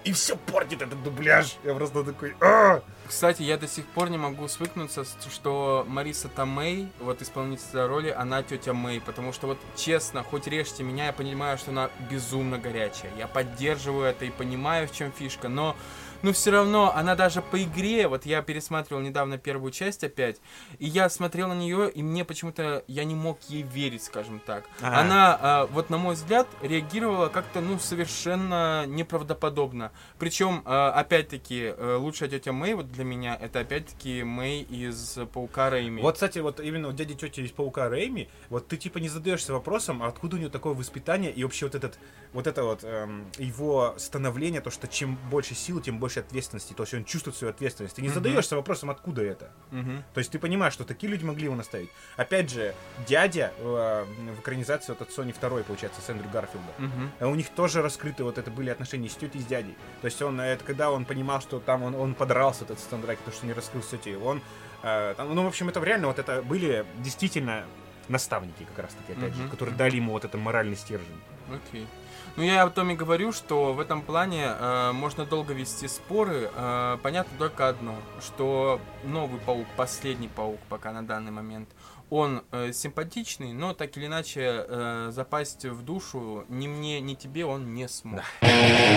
и все портит этот дубляж. Я просто такой... А!
Кстати, я до сих пор не могу свыкнуться, что Мариса Томей, вот исполнительница роли, она тетя Мэй, потому что вот честно, хоть режьте меня, я понимаю, что она безумно горячая. Я поддерживаю это и понимаю, в чем фишка, но... Но все равно, она даже по игре, вот я пересматривал недавно первую часть опять, и я смотрел на нее, и мне почему-то, я не мог ей верить, скажем так. А-а-а. Она, вот на мой взгляд, реагировала как-то, ну, совершенно неправдоподобно. Причем, опять-таки, лучшая тетя Мэй, вот для меня, это опять-таки Мэй из Паука Рэйми.
Вот, кстати, вот именно вот дядя тетя из Паука Рэйми, вот ты типа не задаешься вопросом, а откуда у него такое воспитание, и вообще вот этот, вот это вот, эм, его становление, то, что чем больше силы, тем больше ответственности, то есть он чувствует свою ответственность. Ты не uh-huh. задаешься вопросом, откуда это. Uh-huh. То есть ты понимаешь, что такие люди могли его наставить. Опять же, дядя э, в экранизации вот от Sony второй, получается, с Эндрю Гарфилда, uh-huh. у них тоже раскрыты вот это были отношения с тетей и с дядей. То есть он, это когда он понимал, что там он, он подрался, этот Стандраки, то, что не раскрыл с тетей, он, э, там, ну, в общем, это реально вот это были действительно наставники, как раз таки, опять uh-huh. же, которые дали ему вот этот моральный стержень.
Окей. Okay. Ну, я о том и говорю, что в этом плане э, можно долго вести споры. Э, понятно только одно, что новый паук, последний паук пока на данный момент, он э, симпатичный, но так или иначе э, запасть в душу ни мне, ни тебе он не смог. Да.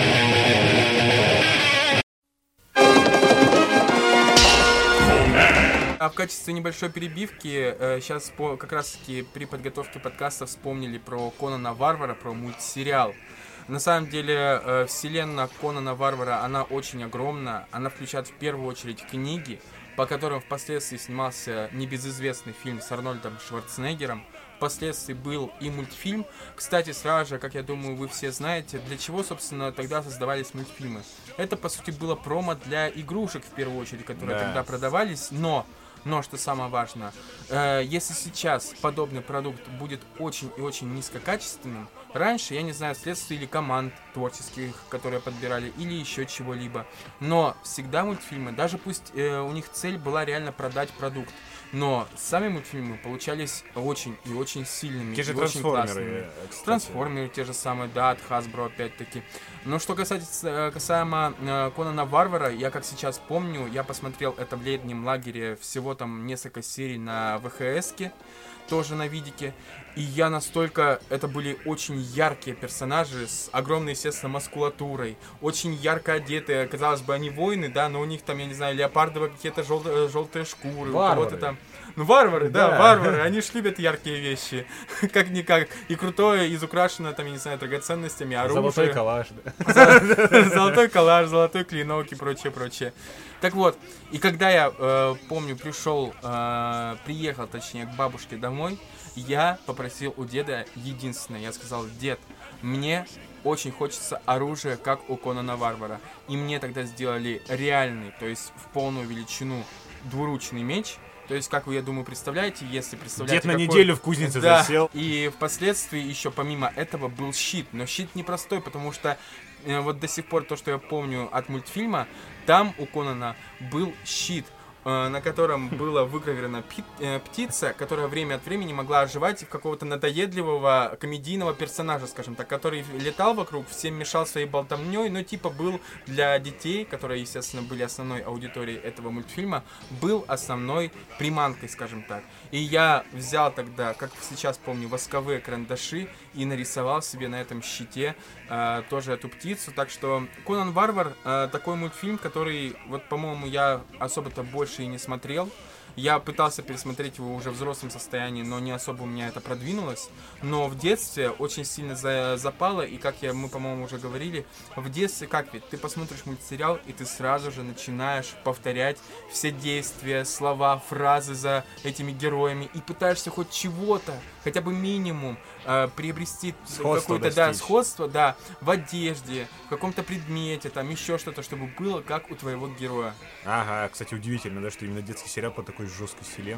А в качестве небольшой перебивки, э, сейчас по, как раз-таки при подготовке подкаста вспомнили про Конана Варвара, про мультсериал. На самом деле, э, вселенная Конана Варвара, она очень огромна. Она включает в первую очередь книги, по которым впоследствии снимался небезызвестный фильм с Арнольдом Шварценеггером. Впоследствии был и мультфильм. Кстати, сразу же, как я думаю, вы все знаете, для чего, собственно, тогда создавались мультфильмы. Это, по сути, было промо для игрушек, в первую очередь, которые да. тогда продавались, но... Но, что самое важное, э, если сейчас подобный продукт будет очень и очень низкокачественным, раньше, я не знаю, вследствие или команд творческих, которые подбирали, или еще чего-либо, но всегда мультфильмы, даже пусть э, у них цель была реально продать продукт, но сами мультфильмы получались очень и очень сильными.
Те же
и
трансформеры.
Очень классными. Трансформеры те же самые, да, от Hasbro опять-таки. Но что касается, касаемо э, Конана Варвара, я как сейчас помню, я посмотрел это в летнем лагере, всего там несколько серий на вэ ха эске, тоже на видике. И я настолько... Это были очень яркие персонажи с огромной, естественно, маскулатурой. Очень ярко одетые. Казалось бы, они воины, да, но у них там, я не знаю, леопардовые какие-то желтые, желтые шкуры.
Варвары.
У кого-то там... Ну, варвары, да, да, варвары. Они ж любят яркие вещи. Как-никак. И крутое, изукрашено, там, я не знаю, драгоценностями, оружие.
Золотой калаш, да.
Золотой калаш, золотой клинок и прочее, прочее. Так вот, и когда я, э, помню, пришел, э, приехал, точнее, к бабушке домой, я попросил у деда единственное. Я сказал: дед, мне очень хочется оружия, как у Конана Варвара. И мне тогда сделали реальный, то есть в полную величину, двуручный меч. То есть, как вы, я думаю, представляете, если представляете...
Дед на
какой...
неделю в кузнице
да.
засел.
И впоследствии еще помимо этого был щит. Но щит непростой, потому что э, вот до сих пор то, что я помню от мультфильма, там у Конана был щит, на котором была выгравирована птица, которая время от времени могла оживать в какого-то надоедливого комедийного персонажа, скажем так, который летал вокруг, всем мешал своей болтовней, но типа был для детей, которые, естественно, были основной аудиторией этого мультфильма, был основной приманкой, скажем так. И я взял тогда, как сейчас помню, восковые карандаши и нарисовал себе на этом щите э, тоже эту птицу. Так что Конан Варвар э, такой мультфильм, который, вот, по-моему, я особо-то больше и не смотрел. Я пытался пересмотреть его уже в взрослом состоянии, но не особо у меня это продвинулось. Но в детстве очень сильно за- запало, и как я, мы, по-моему, уже говорили, в детстве, как ведь, ты посмотришь мультсериал, и ты сразу же начинаешь повторять все действия, слова, фразы за этими героями, и пытаешься хоть чего-то, хотя бы минимум, э, приобрести
сходство
какое-то, да, сходство, да, в одежде, в каком-то предмете, там, еще что-то, чтобы было как у твоего героя.
Ага, кстати, удивительно, да, что именно детский сериал по такой жесткой вселенной.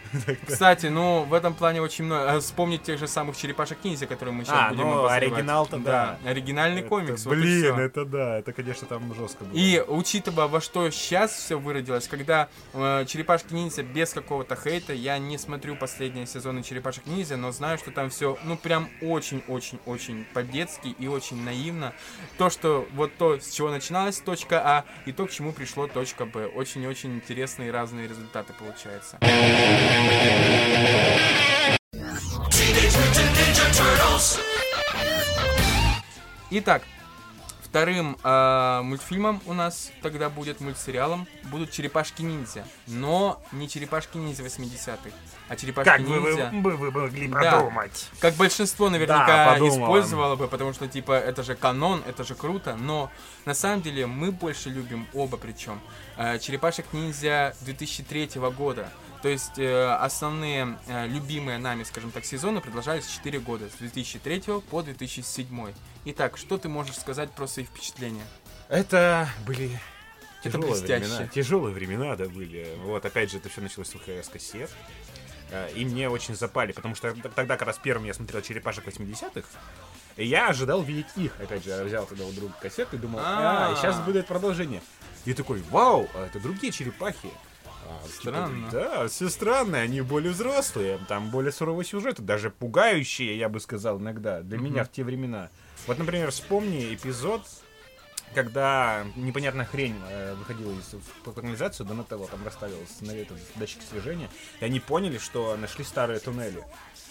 Кстати, ну, в этом плане очень много... Вспомнить тех же самых черепашек-ниндзя, которые мы сейчас
А,
будем
ну,
обозревать.
оригинал-то да.
Оригинальный
Это,
комикс, вот и
блин,
всё.
это да, это, конечно, там жестко было.
И учитывая, во что сейчас все выродилось, когда э, черепашки-ниндзя без какого-то хейта, я не смотрю последние сезоны черепашек-ниндзя, но знаю, что там все, ну, прям очень-очень-очень по-детски и очень наивно. То, что вот то, с чего начиналась точка А, и то, к чему пришло точка Б. Очень-очень интересные и разные результаты получаются. Итак, вторым э, мультфильмом у нас тогда будет, мультсериалом, будут «Черепашки-ниндзя». Но не «Черепашки-ниндзя» восьмидесятых, а «Черепашки-ниндзя».
Как вы, вы, вы могли
Да.
подумать?
Как большинство
Да,
наверняка
подумал.
использовало бы, потому что, типа, это же канон, это же круто. Но на самом деле мы больше любим оба причем. Э, «Черепашек-ниндзя» две тысячи третьего года. То есть э, основные э, любимые нами, скажем так, сезоны продолжались четыре года, с две тысячи третьего по две тысячи седьмой. Итак, что ты можешь сказать про свои впечатления?
Это были
Это
тяжелые
блестяще.
времена. Тяжелые времена, да, были. Вот, опять же, это все началось с ВХС-кассет. Э, И мне очень запали, потому что т- тогда как раз первым я смотрел черепашек восьмидесятых, и я ожидал видеть их. Опять же, я взял тогда у друга кассету и думал, а,
А.
сейчас будет продолжение. И такой, вау, а это другие черепахи. А, типа,
Странно.
да, все странные, они более взрослые, там более суровый сюжет, даже пугающие, я бы сказал, иногда, для меня в те времена. Вот, например, вспомни эпизод, когда непонятная хрень э, выходила из в канализацию, Донателло там расставил на этот датчик слежения, и они поняли, что нашли старые туннели.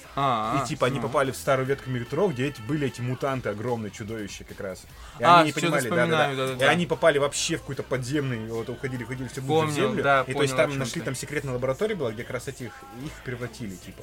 А,
И типа они
ну.
попали в старую ветку метро, где эти, были эти мутанты огромные, чудовища как раз. И
А,
они не
что-то
понимали,
вспоминаю,
да-да-да.
да-да-да.
И они попали вообще в какой-то подземный, вот уходили, уходили все глубже в
Помню,
землю.
да,
И то есть
понял, о
там
чем
нашли
ты.
там секретная лаборатория была, где как раз этих их превратили, типа.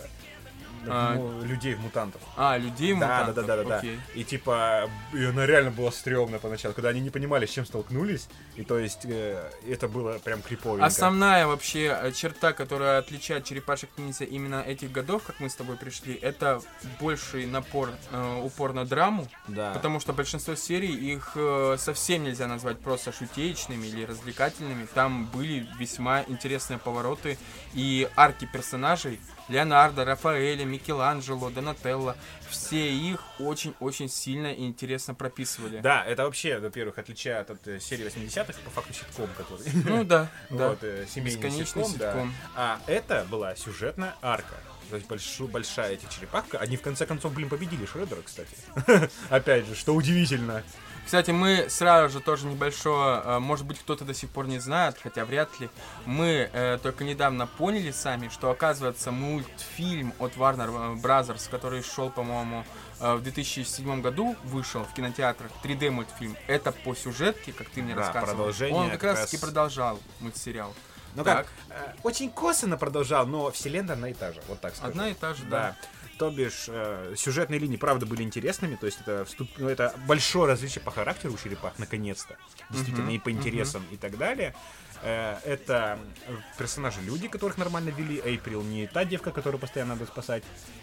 А.
ну, людей в мутантов.
А, людей
Да,
мутантов.
да, да, да, да,
Окей.
И типа, и она реально была стрёмная поначалу, когда они не понимали, с чем столкнулись. И то есть э, это было прям криповенько.
Основная вообще э, черта, которая отличает черепашек-ниндзя именно этих годов, как мы с тобой пришли, это больший напор, э, упор на драму.
Да.
Потому что большинство серий, их э, совсем нельзя назвать просто шутеечными или развлекательными. Там были весьма интересные повороты и арки персонажей. Леонардо, Рафаэля, Микеланджело, Донателло. Все их очень-очень сильно и интересно прописывали.
Да, это вообще, во-первых, отличает от э, серии восьмидесятых, по факту ситком, который...
Ну да, да.
Вот, э, семейный
Бесконечный
ситком, да.
ситком.
А это была сюжетная арка. То есть большую, большая эта черепахка. Они в конце концов, блин, победили Шреддера, кстати. Опять же, что удивительно.
Кстати, мы сразу же тоже небольшое, э, может быть, кто-то до сих пор не знает, хотя вряд ли, мы э, только недавно поняли сами, что, оказывается, мультфильм от Warner Brothers, который шел, по-моему, э, в две тысячи седьмом году, вышел в кинотеатрах, три дэ мультфильм, это по сюжетке, как ты мне
Да,
рассказывал.
продолжение
Он как,
как
раз таки
раз-
продолжал мультсериал.
Ну
Так.
как, э, очень косвенно продолжал, но вселенная одна и та же, вот так скажем.
Одна и та же, да.
Да. То бишь, э, сюжетные линии, правда, были интересными, то есть это, вступ... ну, это большое различие по характеру у черепах, наконец-то, действительно,
Мгм,
и по интересам и так далее. Э, это персонажи-люди, которых нормально вели, Эйприл не та девка, которую постоянно надо спасать,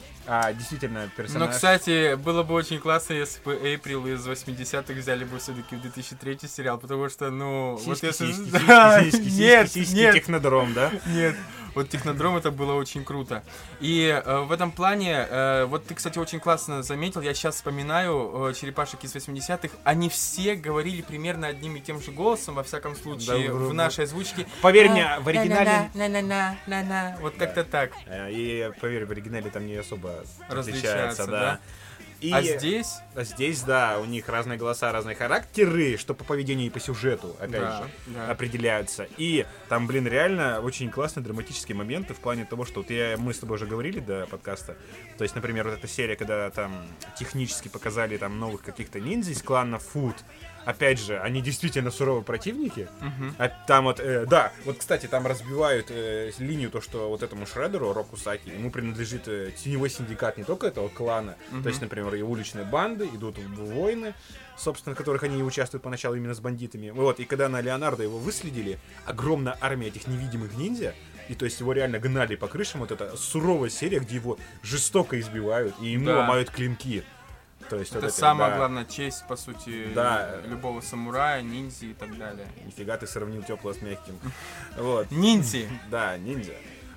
а действительно персонаж...
Но, кстати, было бы очень классно, если бы Эйприл из восьмидесятых взяли бы все-таки в две тысячи третий сериал, потому что, ну... вот
Сиськи,
если...
сиськи,
Да,
сиськи, сиськи,
нет,
сиськи,
нет,
технодром, да?
нет. Вот Технодром это было очень круто. И э, в этом плане, э, вот ты, кстати, очень классно заметил, я сейчас вспоминаю э, черепашек из восьмидесятых, они все говорили примерно одним и тем же голосом, во всяком случае,
Да,
в
да,
нашей озвучке.
Поверь мне, в оригинале...
На-на-на-на-на-на-на. Вот как-то так.
Э, И, поверь, в оригинале там не особо
Различается,
отличается,
да?
да. И
А здесь...
а здесь, да, у них разные голоса, разные характеры, что по поведению и по сюжету, опять
Да,
же,
да.
определяются. И там, блин, реально очень классные драматические моменты в плане того, что вот я, мы с тобой уже говорили до подкаста. То есть, например, вот эта серия, когда там технически показали там новых каких-то ниндзя из клана Фуд. Опять же, они действительно суровые противники.
Мгм.
А там вот, э, да, вот, кстати, там разбивают э, линию, то, что вот этому Шреддеру, Року Саки, ему принадлежит э, теневой синдикат не только этого клана,
Мгм.
то есть, например, и уличные банды идут в войны, собственно, в которых они участвуют поначалу именно с бандитами. Вот, и когда на Леонардо его выследили, огромная армия этих невидимых ниндзя, и то есть его реально гнали по крышам, вот эта суровая серия, где его жестоко избивают, и ему
Да.
ломают клинки. То есть,
Это
вот эти,
самая
да.
главная честь, по сути,
Да.
любого самурая, ниндзя и так далее.
Нифига ты сравнил теплое с мягким. Вот.
Ниндзя!
Да, ниндзя.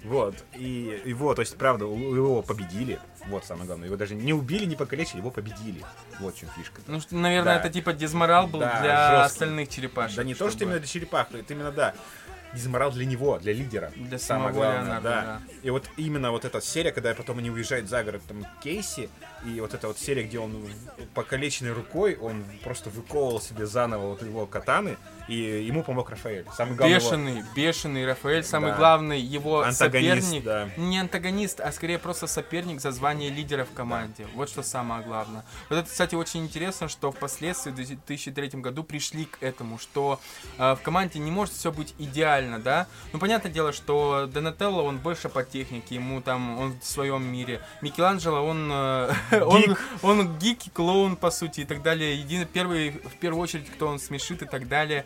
Вот, и его, то есть, правда, его победили, вот самое главное, его даже не убили, не покалечили, его победили, вот в чем фишка.
Ну, наверное, да. это типа дезморал был да, для жесткий. остальных черепашек.
Да не чтобы... то, что именно для черепах, это именно, да, дезморал для него, для лидера.
Для самое главное, Леонардо,
да.
да.
И вот именно вот эта серия, когда потом они уезжают за город, там, Кейси, и вот эта вот серия, где он покалеченной рукой, он просто выковывал себе заново вот его катаны, и ему помог Рафаэль. Самый главный
бешеный,
его...
бешеный Рафаэль, самый
да.
главный его
антагонист,
соперник.
Да.
Не антагонист, а скорее просто соперник за звание лидера в команде. Да. Вот что самое главное. Вот это, кстати, очень интересно, что впоследствии в две тысячи третьем году пришли к этому, что э, в команде не может все быть идеально, да. Ну, понятное дело, что Донателло, он больше по технике, ему там, он в своем мире. Микеланджело, он, э, он, он гик и клоун, по сути, и так далее. Един, первый, в первую очередь, кто он смешит и так далее.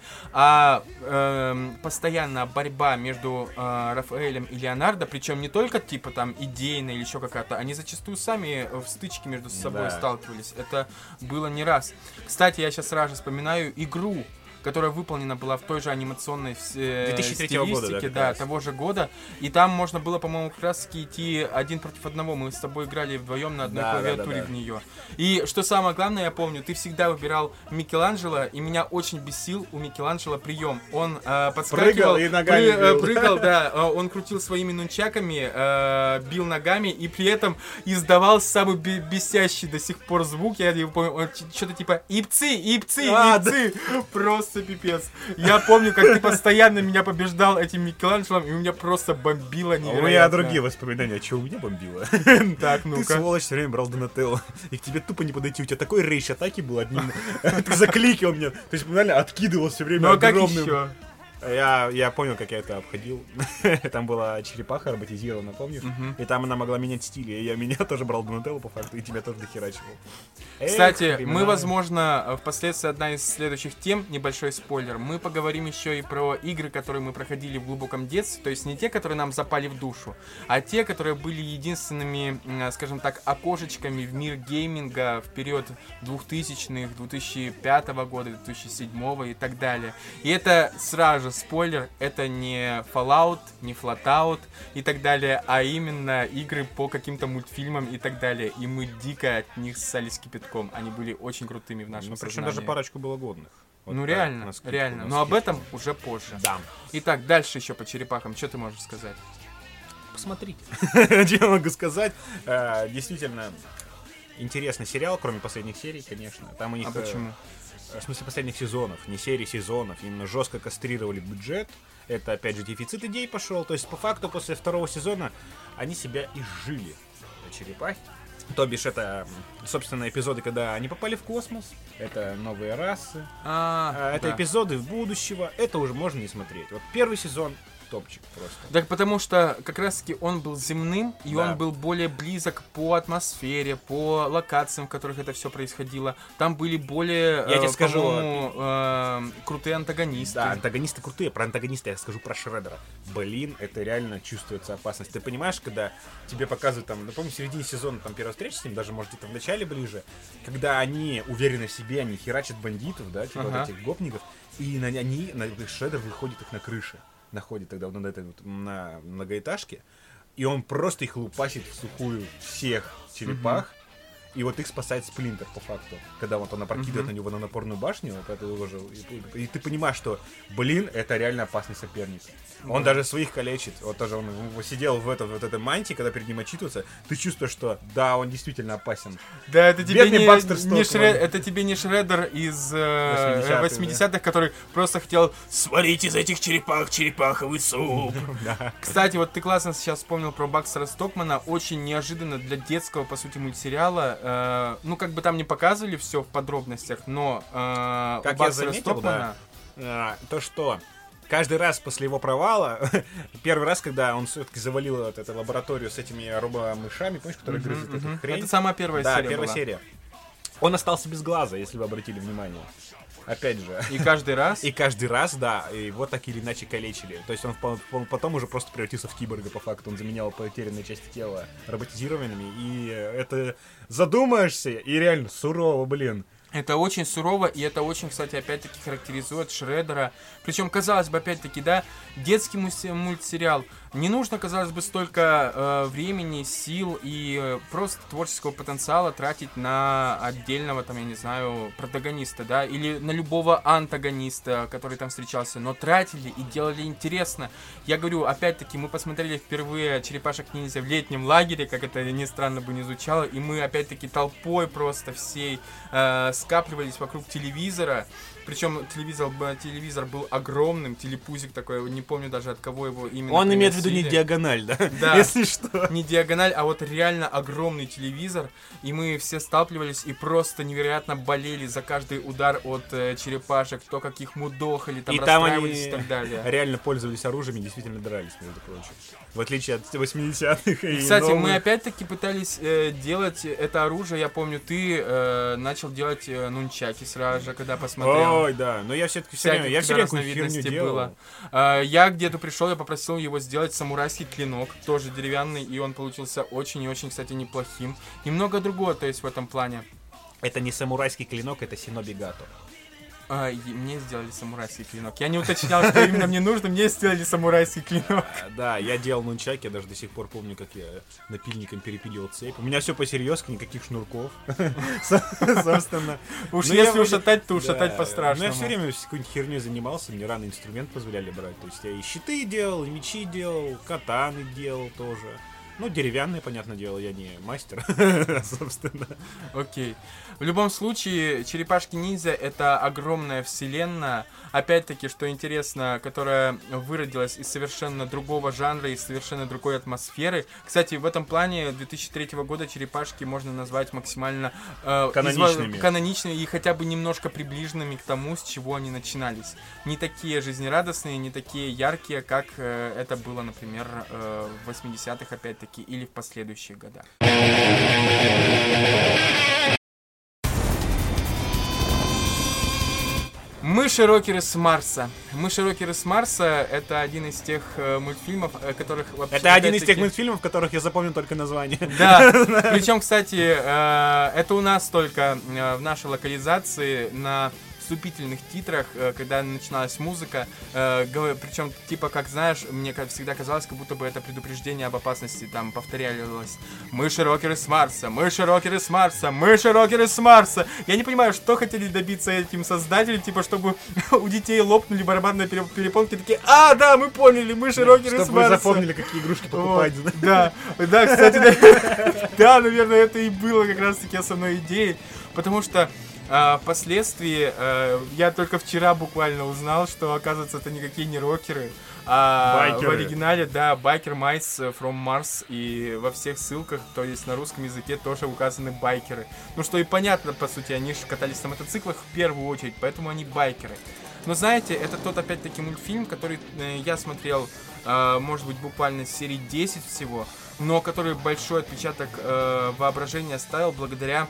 А э, постоянная борьба между э, Рафаэлем и Леонардо, причем не только типа там идейная или еще какая-то, они зачастую сами в стычке между собой да. сталкивались. Это было не раз. Кстати, я сейчас сразу вспоминаю игру, которая выполнена была в той же анимационной э,
две тысячи третьего
стилистике,
года,
да, да, того же года. И там можно было, по-моему, как раз таки идти один против одного. Мы с тобой играли вдвоем на одной да, клавиатуре да, да, да. в нее. И что самое главное, я помню, ты всегда выбирал Микеланджело, и меня очень бесил у Микеланджело прием. Он э, подскакивал,
прыгал и ногами
пры, э, прыгал, да, он крутил своими нунчаками, э, бил ногами, и при этом издавал самый бесящий до сих пор звук. Я его помню, он что-то типа «Ипцы, ипцы, а, ипцы!» Да. Просто пипец. Я помню, как ты постоянно меня побеждал этим Микеланджелом, и у меня просто бомбило невероятно.
У меня другие воспоминания. А что у меня бомбило?
Так, ну-ка.
Ты, сволочь, все время брал Донателло. И к тебе тупо не подойти. У тебя такой рейдж атаки был одним. Ты закликивал меня. То есть, реально откидывал все время
ну, огромным. Ну, а как еще?
Я, я понял, как я это обходил. Там была черепаха роботизирована, помнишь? Uh-huh. И там она могла менять стили. И я меня тоже брал Донателло, по факту, и тебя тоже дохерачивал.
Кстати, Эх, мы, возможно, впоследствии одна из следующих тем, небольшой спойлер, мы поговорим еще и про игры, которые мы проходили в глубоком детстве. То есть не те, которые нам запали в душу, а те, которые были единственными, скажем так, окошечками в мир гейминга в период двухтысячных, две тысячи пятого года, две тысячи седьмого и так далее. И это сразу же спойлер, это не Fallout, не Flatout и так далее, а именно игры по каким-то мультфильмам и так далее. И мы дико от них ссались кипятком. Они были очень крутыми в нашем ну, сознании.
Причем даже парочку было годных.
Вот ну реально, реально. Но об этом уже позже.
Да.
Итак, дальше еще по черепахам. Что ты можешь сказать?
Посмотрите. Что я могу сказать? Действительно интересный сериал, кроме последних серий, конечно. Там у них...
А почему?
В смысле последних сезонов, не серий, сезонов. Именно жестко кастрировали бюджет. Это, опять же, дефицит идей пошел. То есть, по факту, после второго сезона они себя изжили. Черепахи. То бишь, это, собственно, эпизоды, когда они попали в космос. Это новые расы.
А,
это
да.
эпизоды будущего. Это уже можно не смотреть. Вот первый сезон топчик просто.
Так потому что как раз-таки он был земным, и да. он был более близок по атмосфере, по локациям, в которых это все происходило. Там были более,
я э, тебе скажу,
э, крутые антагонисты.
Да, антагонисты крутые. Про антагониста я скажу про Шреддера. Блин, это реально чувствуется опасность. Ты понимаешь, когда тебе показывают, там, напомню, в середине сезона, там, первая встреча с ним, даже, может, где-то в начале ближе, когда они уверены в себе, они херачат бандитов, да, типа ага. вот этих гопников, и на, они, на, Шреддер выходит их на крыше. Находит тогда на этой вот, на многоэтажке, и он просто их лупасит в сухую всех черепах, mm-hmm. и вот их спасает Сплинтер по факту, когда вот он опрокидывает mm-hmm. на него на напорную башню, вот это уже, и, и, и ты понимаешь, что, блин, это реально опасный соперник. Он mm-hmm. даже своих калечит. Вот тоже он сидел в, это, вот этой мантии, когда перед ним отчитываются, ты чувствуешь, что да, он действительно опасен.
Да, это тебе не, не Шред... это тебе не Шреддер из э, восьмидесятых, да? Который просто хотел сварить из этих черепах черепаховый суп. Кстати, вот ты классно сейчас вспомнил про Бакстера Стокмана. Очень неожиданно для детского, по сути, мультсериала. Ну, как бы там не показывали все в подробностях, но
как я заметил, да, то, что каждый раз после его провала, первый раз, когда он все-таки завалил вот эту лабораторию с этими робомышами, помнишь, которые uh-huh, грызут uh-huh. эту хрень?
Это самая первая
да,
серия
первая
была.
серия. Он остался без глаза, если вы обратили внимание. Опять же.
И каждый раз?
И каждый раз, да, и вот так или иначе калечили. То есть он, он потом уже просто превратился в киборга, по факту. Он заменял потерянные части тела роботизированными. И это задумаешься, и реально сурово, блин.
Это очень сурово, и это очень, кстати, опять-таки характеризует Шреддера. Причем, казалось бы, опять-таки, да, детский мультсериал, Не нужно, казалось бы, столько э, времени, сил и э, просто творческого потенциала тратить на отдельного, там, я не знаю, протагониста, да, или на любого антагониста, который там встречался, но тратили и делали интересно. Я говорю, опять-таки, мы посмотрели впервые «Черепашек-ниндзя» в летнем лагере, как это ни странно бы не звучало, и мы, опять-таки, толпой просто всей э, скапливались вокруг телевизора. Причем телевизор, телевизор был огромным, телепузик такой, не помню даже от кого его именно
Он
приносили.
имеет в виду не диагональ, да?
Да,
если что.
Не диагональ, а вот реально огромный телевизор. И мы все сталкивались и просто невероятно болели за каждый удар от э, черепашек, то, как их мудохали, там
и там
расстраивались
они
и так далее.
реально пользовались оружием и действительно дрались, между прочим. В отличие от восьмидесятых и
Кстати,
новых.
мы опять-таки пытались э, делать это оружие. Я помню, ты э, начал делать э, нунчаки сразу же, когда посмотрел.
Ой, да, но я все-таки все время, я все время какую херню делал.
Было. А, я где-то пришел, я попросил его сделать самурайский клинок, тоже деревянный, и он получился очень и очень, кстати, неплохим. И много другого, то есть в этом плане.
Это не самурайский клинок, это синоби гато.
А, и мне сделали самурайский клинок. Я не уточнял, что именно мне нужно, мне сделали самурайский клинок.
Да, я делал нунчаки, я даже до сих пор помню, как я напильником перепиливал цепь. У меня все по-серьезки, никаких шнурков. Собственно.
Уж если ушатать, то ушатать по-страшному.
Я все время какой-нибудь херней занимался, мне рано инструмент позволяли брать. То есть я и щиты делал, и мечи делал, катаны делал тоже. Ну, деревянные, понятное дело, я не мастер, собственно.
Окей. В любом случае, Черепашки-ниндзя — это огромная вселенная, опять-таки, что интересно, которая выродилась из совершенно другого жанра, из совершенно другой атмосферы. Кстати, в этом плане две тысячи третьего года Черепашки можно назвать максимально э,
каноничными.
Изва- каноничными и хотя бы немножко приближенными к тому, с чего они начинались. Не такие жизнерадостные, не такие яркие, как э, это было, например, э, в восьмидесятых, опять-таки, или в последующих годах. Мыши-рокеры с Марса. Мыши-рокеры с Марса — это один из тех э, мультфильмов, э, которых вообще...
Это один из тех мультфильмов, которых я запомнил только название.
Да, причем, кстати, э, это у нас только э, в нашей локализации на вступительных титрах, э, когда начиналась музыка, э, гов... причем, типа, как знаешь, мне как всегда казалось, как будто бы это предупреждение об опасности, там, повторялось: «Мыши-рокеры с Марса! Мыши-рокеры с Марса! Мыши-рокеры с Марса!» Я не понимаю, что хотели добиться этим создатели, типа, чтобы у детей лопнули барабанные перепонки, такие: «А, да, мы поняли, мыши-рокеры с Марса!»
Чтобы вы запомнили, какие игрушки покупать.
Да, да, кстати, да, наверное, это и было как раз-таки основной идеей, потому что А, впоследствии э, я только вчера буквально узнал, что, оказывается, это никакие не рокеры, а
Байкеры.
в оригинале, да, Biker Mice from Mars, и во всех ссылках, то есть на русском языке, тоже указаны байкеры. Ну, что и понятно, по сути, они же катались на мотоциклах в первую очередь, поэтому они байкеры. Но знаете, это тот, опять-таки, мультфильм, который э, я смотрел, э, может быть, буквально с серии десять всего, но который большой отпечаток э, воображения оставил благодаря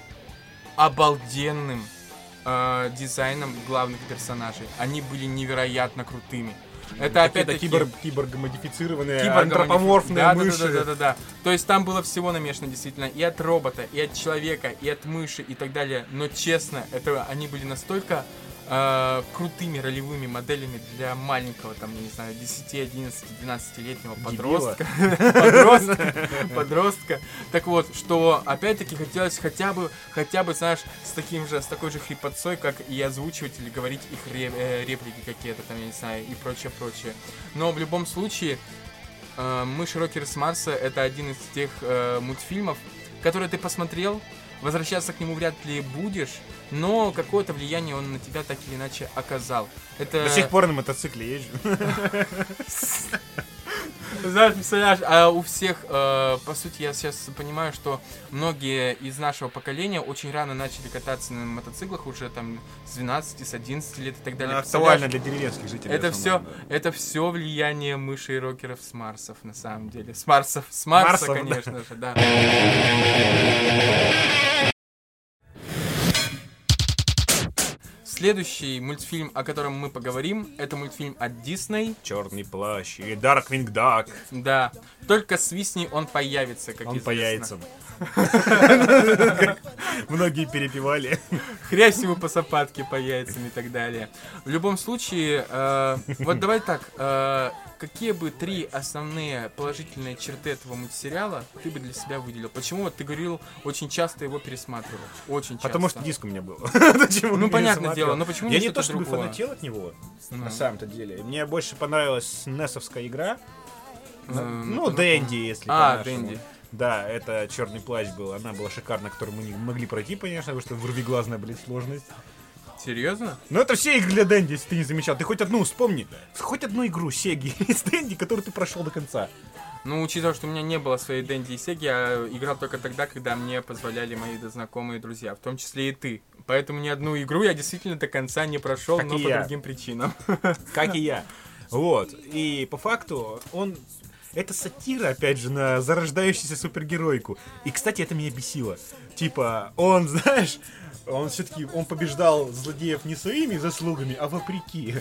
обалденным э, дизайном главных персонажей. Они были невероятно крутыми. Это опять-таки
киборг, киборгомодифицированные,
киборгомодифи...
антропоморфные
да,
мыши.
Да, да, да, да, да. То есть там было всего намешано действительно и от робота, и от человека, и от мыши, и так далее. Но честно, это они были настолько э, крутыми ролевыми моделями для маленького, там, я не знаю, десять, одиннадцать, двенадцатилетнего подростка. Подростка. Подростка. Так вот, что опять-таки хотелось хотя бы, хотя бы, знаешь, с таким же, с такой же хрипотцой, как и озвучивать или говорить их реплики какие-то там, я не знаю, и прочее, прочее. Но в любом случае, э, «Мыши-рокеры с Марса» — это один из тех э, мультфильмов, которые ты посмотрел, возвращаться к нему вряд ли будешь, но какое-то влияние он на тебя так или иначе оказал. Это...
До сих пор на мотоцикле езжу.
Знаешь, представляешь, а у всех, э, по сути, я сейчас понимаю, что многие из нашего поколения очень рано начали кататься на мотоциклах уже там с двенадцати, с одиннадцати лет и так далее.
Актуально для деревенских жителей.
Это все, да. Это все влияние мышей и рокеров с Марсов, на самом деле. С Марсов, с Марса, Марсов, конечно да. же, да. Следующий мультфильм, о котором мы поговорим, это мультфильм от Disney.
«Черный плащ» и «Darkwing Duck».
Да. Только свистни, он появится, как
он
известно.
появится. Многие перепевали.
Хрясь ему по сапатке по яйцам и так далее. В любом случае, э, вот давай так, э, какие бы три основные положительные черты этого мультсериала ты бы для себя выделил? Почему вот ты говорил, очень часто его пересматривал? Очень часто.
Потому что диск у меня был.
Ну, понятное дело, но почему
я
не
не то,
что-то
чтобы
другое?
фанател от него,
Ну.
на самом-то деле. Мне больше понравилась несовская игра.
Э,
Ну, Дэнди, если
А,
по-нашему.
Дэнди.
Да, это черный плащ был. Она была шикарна, которую мы не могли пройти, конечно, потому что вырвиглазная, блядь, сложность.
Серьезно?
Но это все игры для Дэнди, если ты не замечал. Ты хоть одну вспомни. Хоть одну игру Сеги из Дэнди, которую ты прошел до конца.
Ну, учитывая, что у меня не было своей Дэнди и Сеги, я играл только тогда, когда мне позволяли мои знакомые друзья, в том числе и ты. Поэтому ни одну игру я действительно до конца не прошел,
Как
но
и
по
я.
другим причинам.
Как и я. Вот. И по факту он... Это сатира, опять же, на зарождающуюся супергеройку. И, кстати, это меня бесило. Типа, он, знаешь... Он все-таки, он побеждал злодеев не своими заслугами, а вопреки.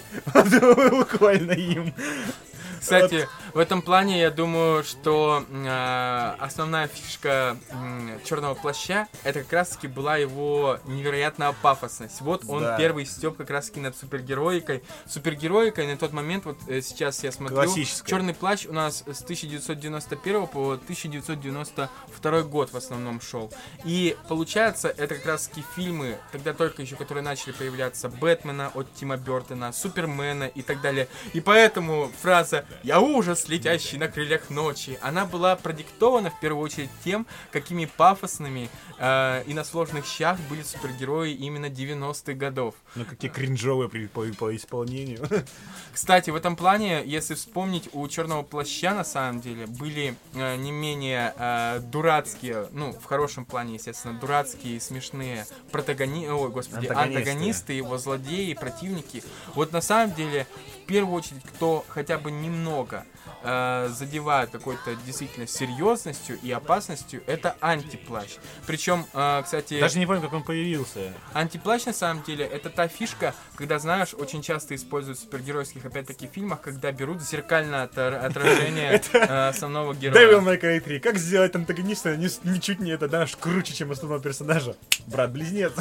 Буквально им.
Кстати, в этом плане я думаю, что э, основная фишка э, Черного плаща это как раз таки была его невероятная пафосность. Вот он
Да.
первый стёб как раз таки над супергероикой. Супергероикой на тот момент, вот э, сейчас я смотрю,
Классическая.
Черный плащ у нас с тысяча девятьсот девяносто первого по тысяча девятьсот девяносто второй год в основном шел. И получается, это как раз таки фильмы, тогда только еще, которые начали появляться, Бэтмена от Тима Бёртона, Супермена и так далее. И поэтому фраза «Я ужас, летящий на крыльях ночи», она была продиктована в первую очередь тем, какими пафосными э, и на сложных щах были супергерои именно девяностых годов.
Ну, какие кринжовые при, по, по исполнению.
Кстати, в этом плане, если вспомнить, у Черного плаща на самом деле были э, не менее э, дурацкие, ну, в хорошем плане, естественно, дурацкие, смешные протагони... Ой, господи,
Антагонисты.
антагонисты, его злодеи, противники. Вот на самом деле, в первую очередь, кто хотя бы немного э, задевает какой-то действительно серьезностью и опасностью, это антиплащ. Причем, э, кстати...
Даже не помню, как он появился.
Антиплащ, на самом деле, это та фишка, когда, знаешь, очень часто используют в супергеройских, опять-таки, фильмах, когда берут зеркальное отра- отражение э, основного
Devil
героя.
May Cry три. Как сделать антагониста ни- ничуть не это, знаешь, круче, чем основного персонажа? Брат-близнец.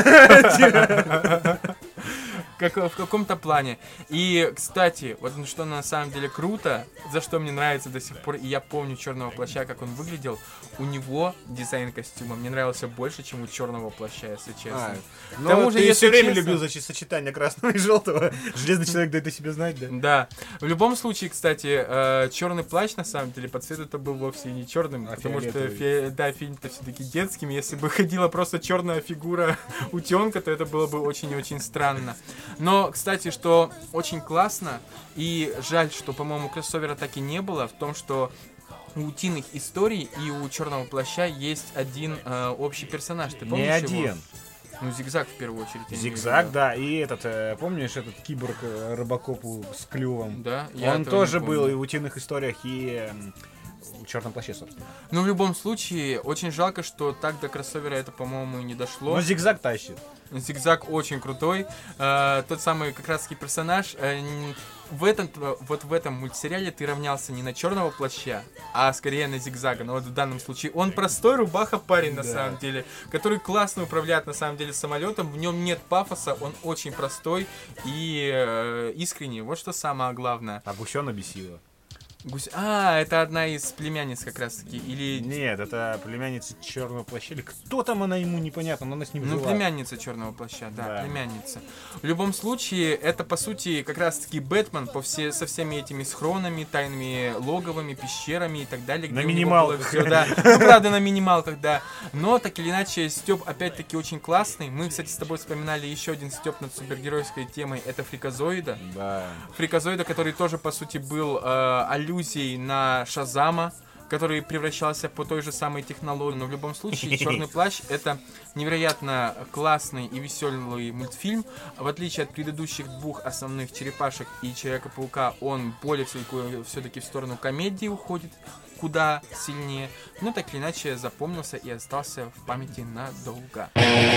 Как в каком-то плане. И, кстати, вот что на самом деле круто, за что мне нравится до сих пор, и я помню Черного плаща, как он выглядел, у него дизайн костюма мне нравился больше, чем у Черного плаща, если честно. К
Ну,
тому же,
ты
если
все время
честно-
любил зачи- сочетание красного и желтого. Железный человек дает о себе знать, да?
Да. В любом случае, кстати, э, черный плащ, на самом деле, по цвету это был вовсе не черным,
А
потому что
фиолетовый.
фи- да, фильм-то все-таки детским. Если бы ходила просто черная фигура утенка, то это было бы очень и очень странно. Но, кстати, что очень классно, и жаль, что, по-моему, кроссовера так и не было, в том, что у утиных историй и у Черного плаща есть один э, общий персонаж. Ты помнишь
Не
его?
один.
Ну, Зигзаг в первую очередь. я имею в
Зигзаг,
виду.
да. И этот, э, помнишь, этот киборг э, Робокопу с клювом?
Да, я
Он
этого
тоже
не
был
помню.
и в утиных историях, и эм, в черном плаще, собственно.
Ну, в любом случае, очень жалко, что так до кроссовера это, по-моему, и не дошло.
Но Зигзаг тащит.
Зигзаг очень крутой. Э, тот самый как раз таки персонаж. Э, н- в этом, вот в этом мультсериале ты равнялся не на Черного плаща, а скорее на Зигзага. Но вот в данном случае он простой рубаха парень на
Да.
самом деле, который классно управляет на самом деле самолетом. В нем нет пафоса, он очень простой и э, искренний. Вот что самое главное.
А Гусена бесила.
Гусь... А, это одна из племянниц как раз таки. Или
Нет, это племянница черного плаща. Или кто там она ему, непонятно, но она с ним
Ну,
жила.
племянница Черного плаща, да,
Да.
племянница. В любом случае, это, по сути, как раз-таки Бэтмен по все, со всеми этими схронами, тайными логовыми, пещерами и так далее.
На
где у него
минималках.
было всё, да. Ну, правда, на минималках, да. Но, так или иначе, стёб, опять-таки, очень классный. Мы, кстати, с тобой вспоминали еще один стёб над супергеройской темой. Это Фриказоида.
Да.
Фриказоида, который тоже, по сути, был э, аллюзией на Шазама, который превращался по той же самой технологии. Но в любом случае, Черный плащ — это невероятно классный и веселый мультфильм. В отличие от предыдущих двух основных Черепашек и Человека-паука, он более все-таки в сторону комедии уходит куда сильнее. Но так или иначе запомнился и остался в памяти надолго.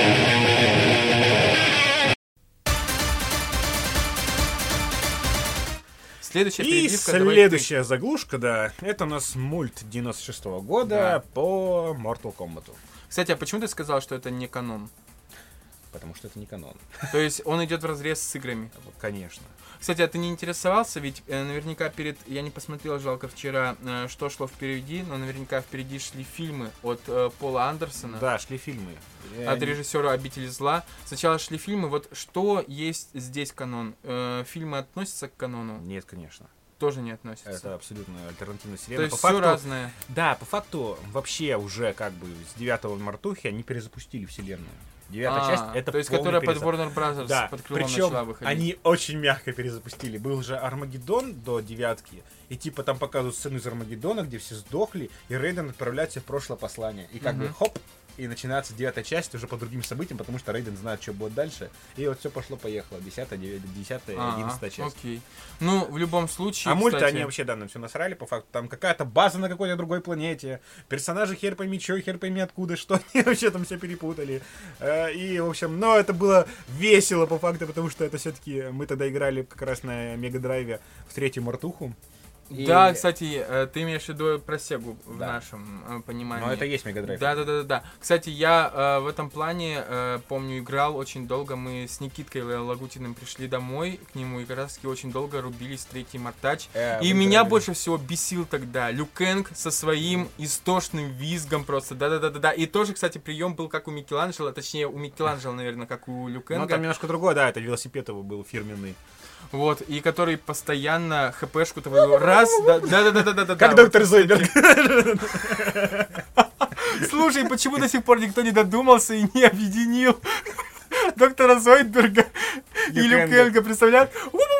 Следующая
И
перебивка, давай
следующая заглушка, да, это у нас мульт девяносто шестого года
Да.
по Mortal Kombat.
ты. Кстати, а почему ты сказал, что это не канон?
Потому что это не канон.
То есть он идет вразрез с играми.
Конечно.
Кстати, а ты не интересовался, ведь э, наверняка перед... Я не посмотрел, жалко, вчера, э, что шло впереди, но наверняка впереди шли фильмы от э, Пола Андерсона.
Да, шли фильмы.
От режиссера «Обитель зла». Сначала шли фильмы. Вот что есть здесь канон? Э, фильмы относятся к канону?
Нет, конечно.
Тоже не относятся.
Это абсолютно альтернативная вселенная.
То есть
по
все
факту,
разное.
Да, по факту вообще уже как бы с девятого Мартухи они перезапустили вселенную. Девятая
А,
часть это
то есть,
полный
которая под
перезап-
Warner Brothers
Да,
под крылом
причем
начала выходить.
они очень мягко перезапустили. Был же Армагеддон до девятки, и типа там показывают сцену из Армагеддона, где все сдохли, и Рейден отправляется в прошлое послание. И как
Мгм.
бы хоп, и начинается девятая часть уже по другим событиям, потому что Рейден знает, что будет дальше. И вот все пошло-поехало. Десятая, десятая,
А,
одиннадцатая часть.
окей. Ну, в любом случае,
А мульты
кстати,
они вообще, да, нам все насрали, по факту. Там какая-то база на какой-то другой планете. Персонажи хер пойми чё, хер пойми откуда, что они вообще там все перепутали. Э, И, в общем, но это было весело по факту, потому что это все-таки мы тогда играли как раз на Мегадрайве в третью Мартуху. И-
Да, кстати, э, ты имеешь в виду про Сегу в
Да.
нашем э, понимании.
Но это и есть Мегадрайв.
Да, да, да, да, да. Кстати, я э, в этом плане, э, помню, играл очень долго. Мы с Никиткой Лагутиным пришли домой к нему и как раз таки очень долго рубились в третий Мартач.
Э,
И
вы
меня
играли.
больше всего бесил тогда Лю Кэнг со своим истошным визгом просто. Да-да-да-да-да. И тоже, кстати, прием был как у Микеланджело, точнее, у Микеланджело, наверное, как у Лю
Ну,
Кэнга.
там немножко другое, да, это велосипед его был фирменный.
Вот, и который постоянно хпшку твою раз, да-да-да-да-да.
Как доктор Зойберг.
Слушай, почему до сих пор никто не додумался и не объединил доктора Зойдберга и Лю Кэнга, представляешь?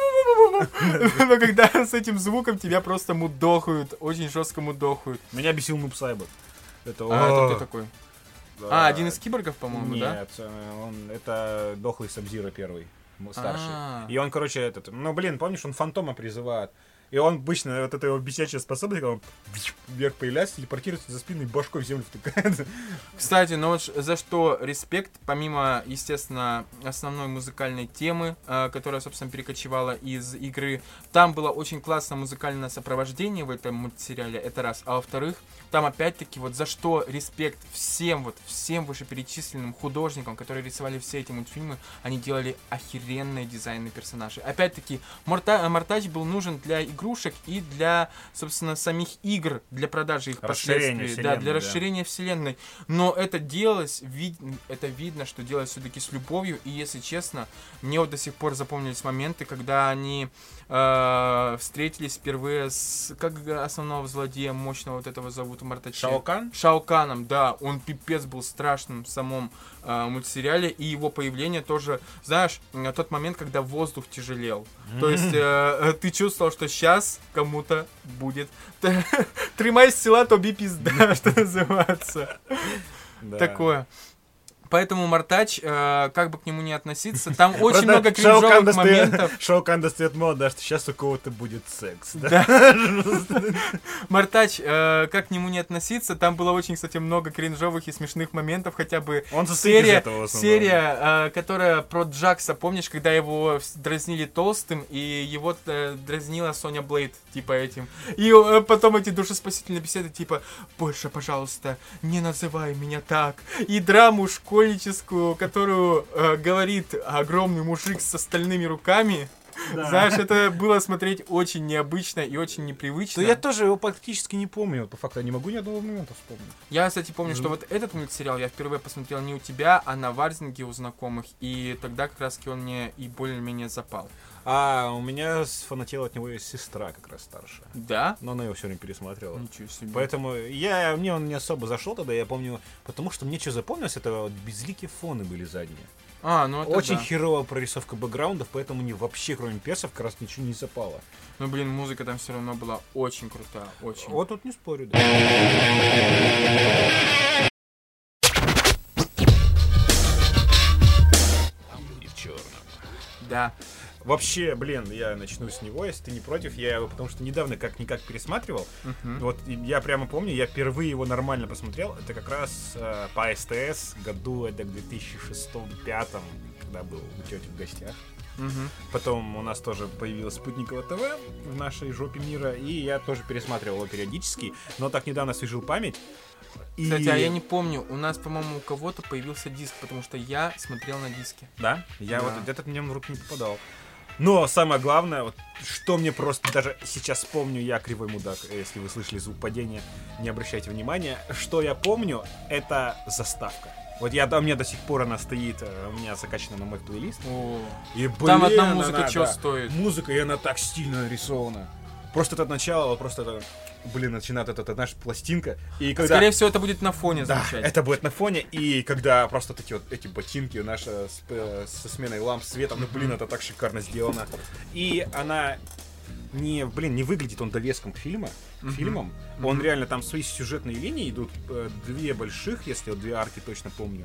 Но когда с этим звуком тебя просто мудохают, очень жестко мудохают.
Меня бесил Нуб Сайбер. Это
А, это
о,
кто такой?
да.
А, один из киборгов, по-моему, да?
Нет, э, он, это дохлый Сабзира первый, м, старший.
А.
И он, короче, этот, ну, блин, помнишь, он фантома призывает. И он обычно, вот эта его бесячая способность, когда он вверх появляется, телепортируется за спиной и башкой в землю втыкает.
Кстати, ну вот ш- за что респект, помимо, естественно, основной музыкальной темы, э, которая, собственно, перекочевала из игры, там было очень классное музыкальное сопровождение в этом мультсериале, это раз. А во-вторых, там опять-таки вот за что респект всем вот, всем вышеперечисленным художникам, которые рисовали все эти мультфильмы, они делали охеренные дизайны персонажей. Опять-таки, Морта- Мортач был нужен для игрушек и для, собственно, самих игр, для продажи их
Расширения
последствий. Да,
вселенной,
для
да.
расширения вселенной. Но это делалось, вид- это видно, что делалось все-таки с любовью. И, если честно, мне вот до сих пор запомнились моменты, когда они э, встретились впервые с, как основного злодея мощного вот этого зовут Мартача.
Шаокан?
Шаоканом, да, он пипец был страшным в самом э, мультсериале, и его появление тоже, знаешь, э, тот момент, когда воздух тяжелел. То есть э, э, ты чувствовал, что сейчас кому-то будет тримай села, тобі пизда, что называется.
Да.
Такое. Поэтому Мартач, э, как бы к нему не относиться, там очень
Правда,
много
Шаокан
кринжовых
достает-
моментов.
Шаокан достает мод, да, что сейчас у кого-то будет секс. Да?
Да. Мартач, э, как к нему не относиться, там было очень, кстати, много кринжовых и смешных моментов, хотя бы
Он состоит из
серия,
этого в основном.
серия, э, которая про Джакса, помнишь, когда его вс- дразнили толстым, и его э, дразнила Соня Блейд, типа этим. И э, потом эти душеспасительные беседы, типа, больше, пожалуйста, не называй меня так. И драму школьническую, которую э, говорит огромный мужик с остальными руками.
Да.
Знаешь, это было смотреть очень необычно и очень непривычно.
То я тоже его практически не помню. Вот по факту я не могу ни одного момента вспомнить.
Я, кстати, помню, что вот этот мультсериал я впервые посмотрел не у тебя, а на Варзинге у знакомых. И тогда как раз-таки он мне и более-менее запал.
А у меня сфанатела от него есть сестра, как раз старшая.
Да?
Но она его все время пересматривала.
Ничего себе.
Поэтому я, мне он не особо зашел тогда, я помню, потому что мне что запомнилось, это вот безликие фоны были задние.
А, ну это
Очень
да.
херовая прорисовка бэкграундов, поэтому мне вообще, кроме персов, как раз ничего не запало.
Ну, блин, музыка там все равно была очень крутая, очень.
Вот тут не спорю, да. Люди в черном.
Да.
Вообще, блин, я начну с него, если ты не против. Я его, потому что недавно как-никак пересматривал.
Мгм.
Вот и я прямо помню, я впервые его нормально посмотрел. Это как раз э, по СТС году, это к две тысячи шестом-две тысячи пятом, когда был у тети в гостях.
Мгм.
Потом у нас тоже появилось Спутниковое ТВ в нашей жопе мира, и я тоже пересматривал его периодически, но так недавно освежил память. И...
Кстати, а я не помню, у нас, по-моему, у кого-то появился диск, потому что я смотрел на диске.
Да? Я
Да.
вот этот мне в руки не попадал. Но самое главное, вот, что мне просто даже сейчас помню, я кривой мудак, если вы слышали звук падения, не обращайте внимания. Что я помню, это заставка. Вот я, у меня до сих пор она стоит, у меня закачана на мой плейлист.
О,
И, блин,
там одна музыка
она,
чего
да,
стоит?
Музыка, и она так стильно нарисована. Просто это начало, вот просто это, блин, начинает это, это наша пластинка. И когда...
Скорее всего, это будет на фоне
Да,
звучать.
это будет на фоне, и когда просто вот эти вот эти ботинки наши с, э, со сменой ламп света, ну блин, это так шикарно сделано. И она не, блин, не выглядит он довеском к фильму,
Мгм.
фильмам.
Мгм.
Он реально, там свои сюжетные линии идут, э, две больших, если вот две арки точно помню.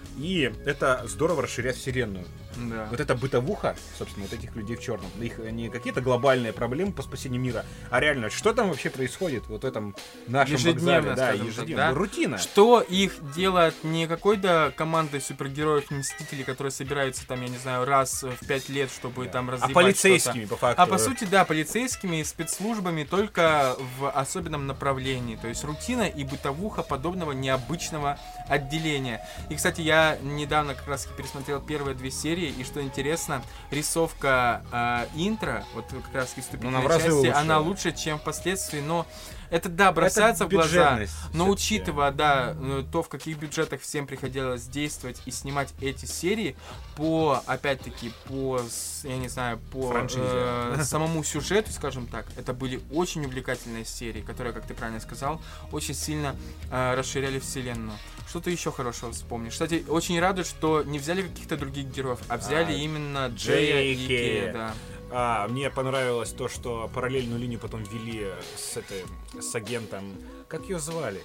И это здорово расширяет вселенную.
Да.
Вот эта бытовуха, собственно, вот этих людей в черном. Их не какие-то глобальные проблемы по спасению мира, а реально, что там вообще происходит вот в этом нашем
Ежедневно,
вокзале. Да,
скажем так,
ежедневно.
да?
Рутина.
Что их делает не какой-то командой супергероев-мстителей, которые собираются там, я не знаю, раз в пять лет, чтобы
Да.
там
А
разъебать
полицейскими,
что-то.
по факту.
А по сути, да, полицейскими и спецслужбами только в особенном направлении. То есть рутина и бытовуха подобного необычного отделения. И, кстати, я недавно как раз пересмотрел первые две серии, и что интересно, рисовка э, интро, вот как раз
Ну,
вступительной
она в разы
части,
лучше.
она лучше, чем впоследствии, но это, да, бросается
Это
в глаза.
бюджетность
Но
всё-таки.
учитывая, да, э, то, в каких бюджетах всем приходилось действовать и снимать эти серии, по, опять-таки, по, с- я не знаю, по
Франшизе.
э, самому сюжету, скажем так, это были очень увлекательные серии, которые, как ты правильно сказал, очень сильно э, расширяли вселенную. Что ты еще хорошего вспомнишь? Кстати, очень радует, что не взяли каких-то других героев, а взяли
А,
именно
Джея
Джея
и
и
Кея.
Кея, да.
А, мне понравилось то, что параллельную линию потом вели с этой, с агентом. Как ее звали?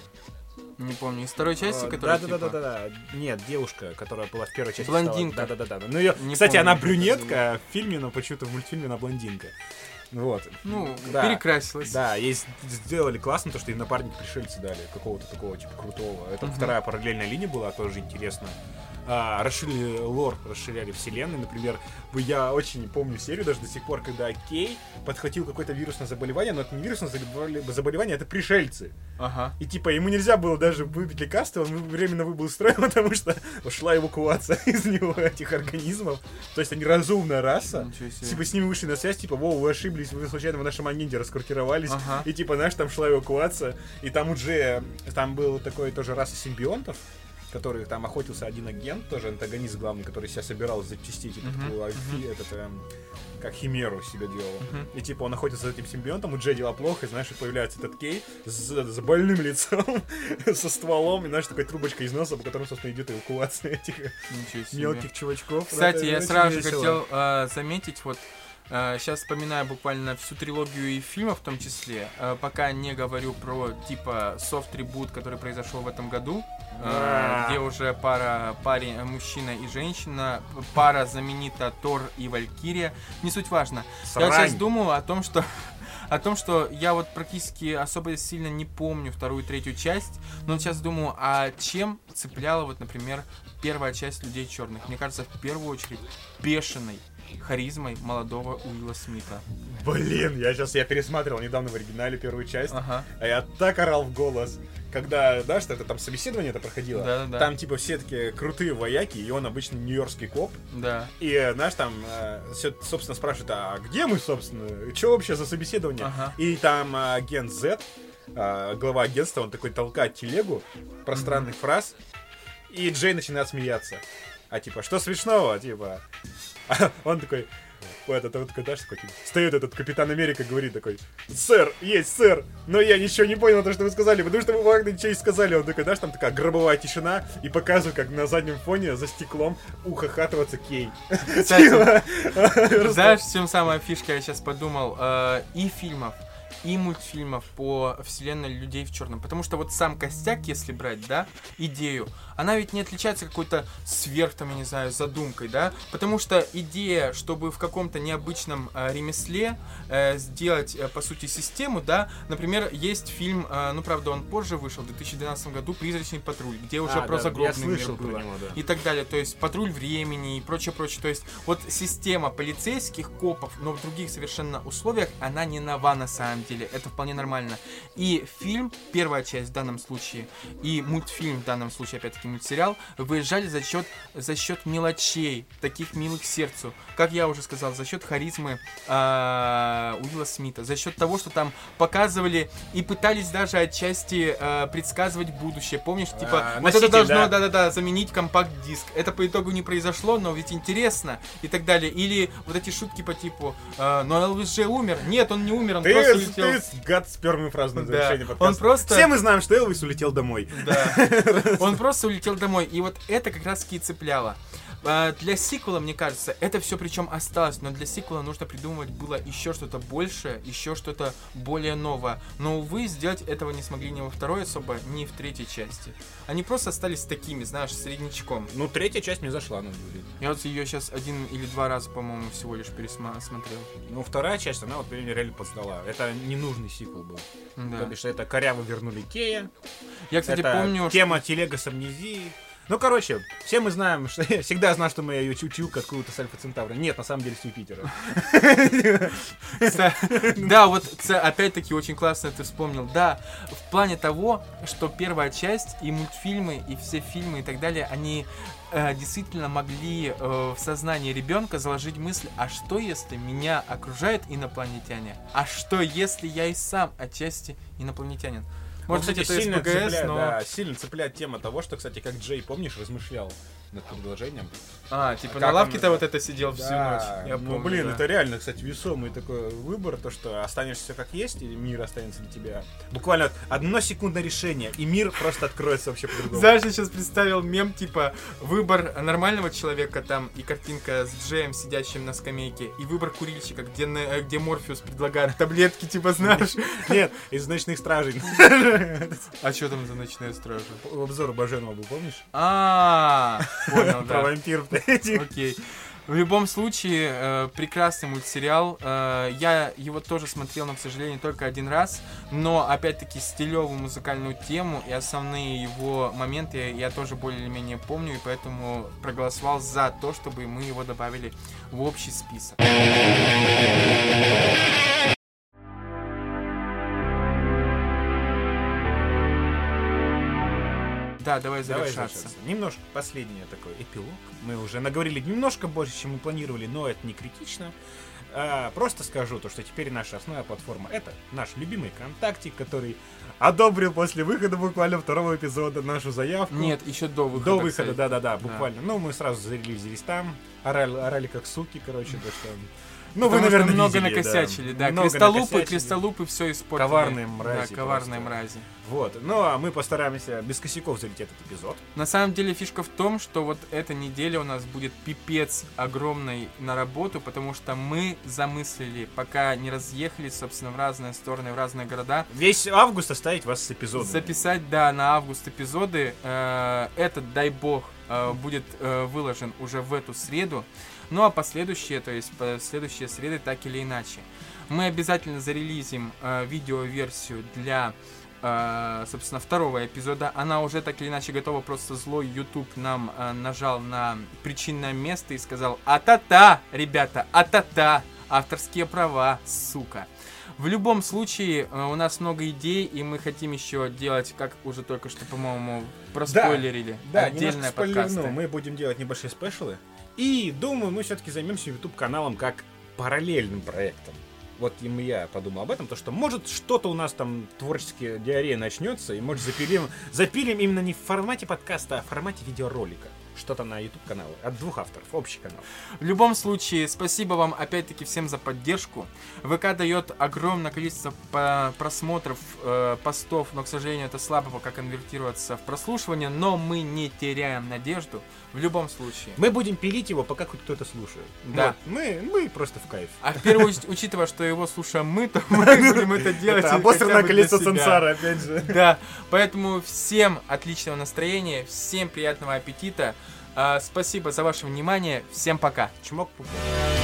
Не помню, из второй части,
А,
которая
да, да, да,
типа-
да, да, да. Нет, девушка, которая была в первой части.
Блондинка.
Да, да, да, да. Ну ее,
Не
кстати,
помню,
она
как это
брюнетка в фильме, но почему-то в мультфильме она блондинка. Вот.
Ну,
Да.
перекрасилась.
Да, ей с- сделали классно, то, что ей напарник пришельцы дали, какого-то такого, типа, крутого. Это
Мгм.
вторая параллельная линия была, тоже интересно. А, расширили лор, расширяли вселенную. Например, я очень помню серию даже до сих пор, когда Кей подхватил какое-то вирусное заболевание, но это не вирусное заболев- заболевание, это пришельцы.
Ага.
И типа ему нельзя было даже выпить лекарства, он временно выбыл из строя, потому что шла эвакуация из него этих организмов. То есть они разумная раса.
Ничего себе.
Типа с ними вышли на связь, типа, во, вы ошиблись, вы случайно в нашем агенте расквартировались.
Ага.
И типа, знаешь, там шла эвакуация. И там у Джея, там был такой тоже раса симбионтов, который там охотился один агент, тоже антагонист главный, который себя собирал запчастить, типа,
Мгм,
такую альфи- этот, эм, как химеру себе делал.
Мгм.
И типа он охотится за этим симбионтом, у Джея дела плохо, и знаешь, и появляется этот Кей с, с больным лицом, со стволом, и знаешь, такой трубочкой из носа, по которому, собственно, идет эвакуация этих
Ничего себе.
мелких чувачков.
Кстати,
Это
я
очень
сразу же
весело.
хотел э, заметить, вот сейчас вспоминаю буквально всю трилогию и фильмов в том числе, э, пока не говорю про типа софт-трибут, который произошел в этом году, э,
Да.
где уже пара, парень, э, мужчина и женщина, пара знаменита Тор и Валькирия, не суть важно. Я вот
Срань.
сейчас думаю о том, что о том, что я вот практически особо сильно не помню вторую и третью часть, но сейчас думаю, а чем цепляла вот, например, первая часть «Людей черных»? Мне кажется, в первую очередь бешеной харизмой молодого Уилла Смита.
Блин, я сейчас я пересматривал недавно в оригинале первую часть,
Ага.
а я так орал в голос, когда, да, что это там собеседование это проходило.
Да-да-да.
Там типа все такие крутые вояки, и он обычно нью-йоркский коп.
Да.
И, э, знаешь, там, э, всё, собственно, спрашивают, а где мы, собственно? Что вообще за собеседование?
Ага.
И там э, агент Z, э, глава агентства, он такой толкает телегу пространных фраз, и Джей начинает смеяться. А типа, что смешного? Типа, а он такой, вот это вот такой, знаешь, такой, типа, встает этот Капитан Америка, говорит такой, сэр, есть, сэр, но я ничего не понял, то, что вы сказали, потому что вы правда ничего не сказали. Он такой, знаешь, там такая гробовая тишина, и показываю, как на заднем фоне за стеклом ухахатываться Кей.
Кстати, знаешь, в чем самая фишка, я сейчас подумал, э, и фильмов, и мультфильмов по вселенной «Людей в черном». Потому что вот сам костяк, если брать, да, идею, она ведь не отличается какой-то сверх, там, я не знаю, задумкой, да. Потому что идея, чтобы в каком-то необычном э, ремесле э, сделать, э, по сути, систему, да. Например, есть фильм, э, ну, правда, он позже вышел, в две тысячи двенадцатом году, «Призрачный патруль», где уже
А,
про
да,
загробный
я
мир
слышал про
было.
него, да.
И так далее. То есть патруль времени и прочее, прочее. То есть вот система полицейских копов, но в других совершенно условиях, она не нова на самом самом деле, это вполне нормально. И фильм, первая часть в данном случае, и мультфильм в данном случае, опять-таки мультсериал, выезжали за счет, за счет мелочей, таких милых сердцу. Как я уже сказал, за счет харизмы э, Уилла Смита, за счет того, что там показывали и пытались даже отчасти э, предсказывать будущее. Помнишь, типа,
а,
вот
носитель,
это должно,
да.
да-да-да, заменить компакт-диск. Это по итогу не произошло, но ведь интересно, и так далее. Или вот эти шутки по типу, э, но Элвис же умер. Нет, он не умер, он
Ты,
просто улетел.
ты гад с первыми фразами на
Да.
завершение подкаста.
Он просто...
Все мы знаем, что Элвис улетел домой.
Да. Он просто улетел домой. И вот это как раз-таки и цепляло. А, Для сиквела, мне кажется, это все причем осталось, но для сиквела нужно придумывать было еще что-то большее, еще что-то более новое. Но, увы, сделать этого не смогли ни во второй особо, ни в третьей части. Они просто остались такими, знаешь, среднячком.
Ну, третья часть мне зашла, надо говорить.
Я вот ее сейчас один или два раза, по-моему, всего лишь пересмотрел.
Ну, вторая часть, она вот меня реально подсдала. Это ненужный сиквел был.
Да.
То бишь, это коряво вернули Кея.
Я, кстати,
это
помню,
тема телега с амнезией. Ну, короче, все мы знаем, что я всегда знал, что мы ее чучук откуда-то с Альфа Центавра. Нет, на самом деле с Юпитера.
Да, вот ц- опять-таки очень классно ты вспомнил. Да, в плане того, что первая часть и мультфильмы, и все фильмы и так далее, они э, действительно могли э, в сознании ребенка заложить мысль, а что если меня окружают инопланетяне? А что если я и сам отчасти инопланетянин? Может
Ну,
быть,
кстати,
это
сильно
СПГС,
цепляет,
но...
да, сильно цепляет тема того, что, кстати, как Джей, помнишь, размышлял над предложением.
А, типа
Как
на лавке-то
он-
вот это сидел всю
Да,
ночь. Я
ну,
помню,
блин,
да.
это реально, кстати, весомый такой выбор, то, что останешься как есть, или мир останется для тебя. Буквально одно секундное решение, и мир просто откроется вообще по-другому.
Знаешь, я сейчас представил мем, типа, выбор нормального человека там, и картинка с Джеем, сидящим на скамейке, и выбор курильщика, где, на- где Морфеус предлагает таблетки, типа, знаешь.
Нет, из «Ночных стражей».
А что там за ночная стража?
Обзор Баженова был, помнишь?
А, понял,
Про
да.
вампиров этих.
Окей. В любом случае, э, прекрасный мультсериал. Э, я его тоже смотрел, но, к сожалению, только один раз. Но, опять-таки, стилевую музыкальную тему и основные его моменты я тоже более-менее помню, и поэтому проголосовал за то, чтобы мы его добавили в общий список. Да, давай
Давай
завершаться.
завершаться. Немножко последний такой эпилог. Мы уже наговорили немножко больше, чем мы планировали, но это не критично. А, просто скажу то, что теперь наша основная платформа — это наш любимый ВКонтакте, который одобрил после выхода буквально второго эпизода нашу заявку.
Нет, еще до выхода.
До выхода,
кстати.
да-да-да, буквально. Ну, мы сразу зарелизились там, орали, орали как суки, короче, то что... Ну, вы,
Потому что
наверное,
много
видели,
накосячили, да.
Много
Крестолупы,
накосячили.
крестолупы все испортили.
Коварные мрази
Да, коварные
просто.
мрази.
Вот. Ну, а мы постараемся без косяков залететь этот эпизод.
На самом деле фишка в том, что вот эта неделя у нас будет пипец огромной на работу, потому что мы замыслили, пока не разъехались, собственно, в разные стороны, в разные города,
Весь август оставить вас с эпизодом.
записать, да, на август эпизоды. Э, Этот, дай бог, э, будет э, выложен уже в эту среду. Ну а последующие, то есть следующие среды, так или иначе. Мы обязательно зарелизим э, видеоверсию для, э, собственно, второго эпизода. Она уже так или иначе готова, просто злой YouTube нам э, нажал на причинное место и сказал: а-та-та, ребята, а-та-та, авторские права, сука. В любом случае, э, у нас много идей, и мы хотим еще делать, как уже только что, по-моему, проспойлерили,
Да,
отдельные
немножко
подкасты.
спойлерну. Мы будем делать небольшие спешлы. И думаю, мы все-таки займемся YouTube-каналом как параллельным проектом. Вот им я подумал об этом, то что может что-то у нас там творческие диарея начнется, и может запилим, запилим именно не в формате подкаста, а в формате видеоролика. Что-то на YouTube-канал от двух авторов, общий канал.
В любом случае, спасибо вам опять-таки всем за поддержку. ВК дает огромное количество по- просмотров, э, постов, но, к сожалению, это слабо пока конвертироваться в прослушивание, но мы не теряем надежду. В любом случае.
Мы будем пилить его, пока хоть кто-то слушает.
Да.
Вот. Мы, мы просто в кайф.
А в первую очередь, учитывая, что его слушаем мы, то мы будем это делать.
Это
хотя
обостренное
бы для
колесо
себя.
сансары, опять же.
Да, поэтому всем отличного настроения, всем приятного аппетита. А, спасибо за ваше внимание. Всем пока.
Чмок-пупок.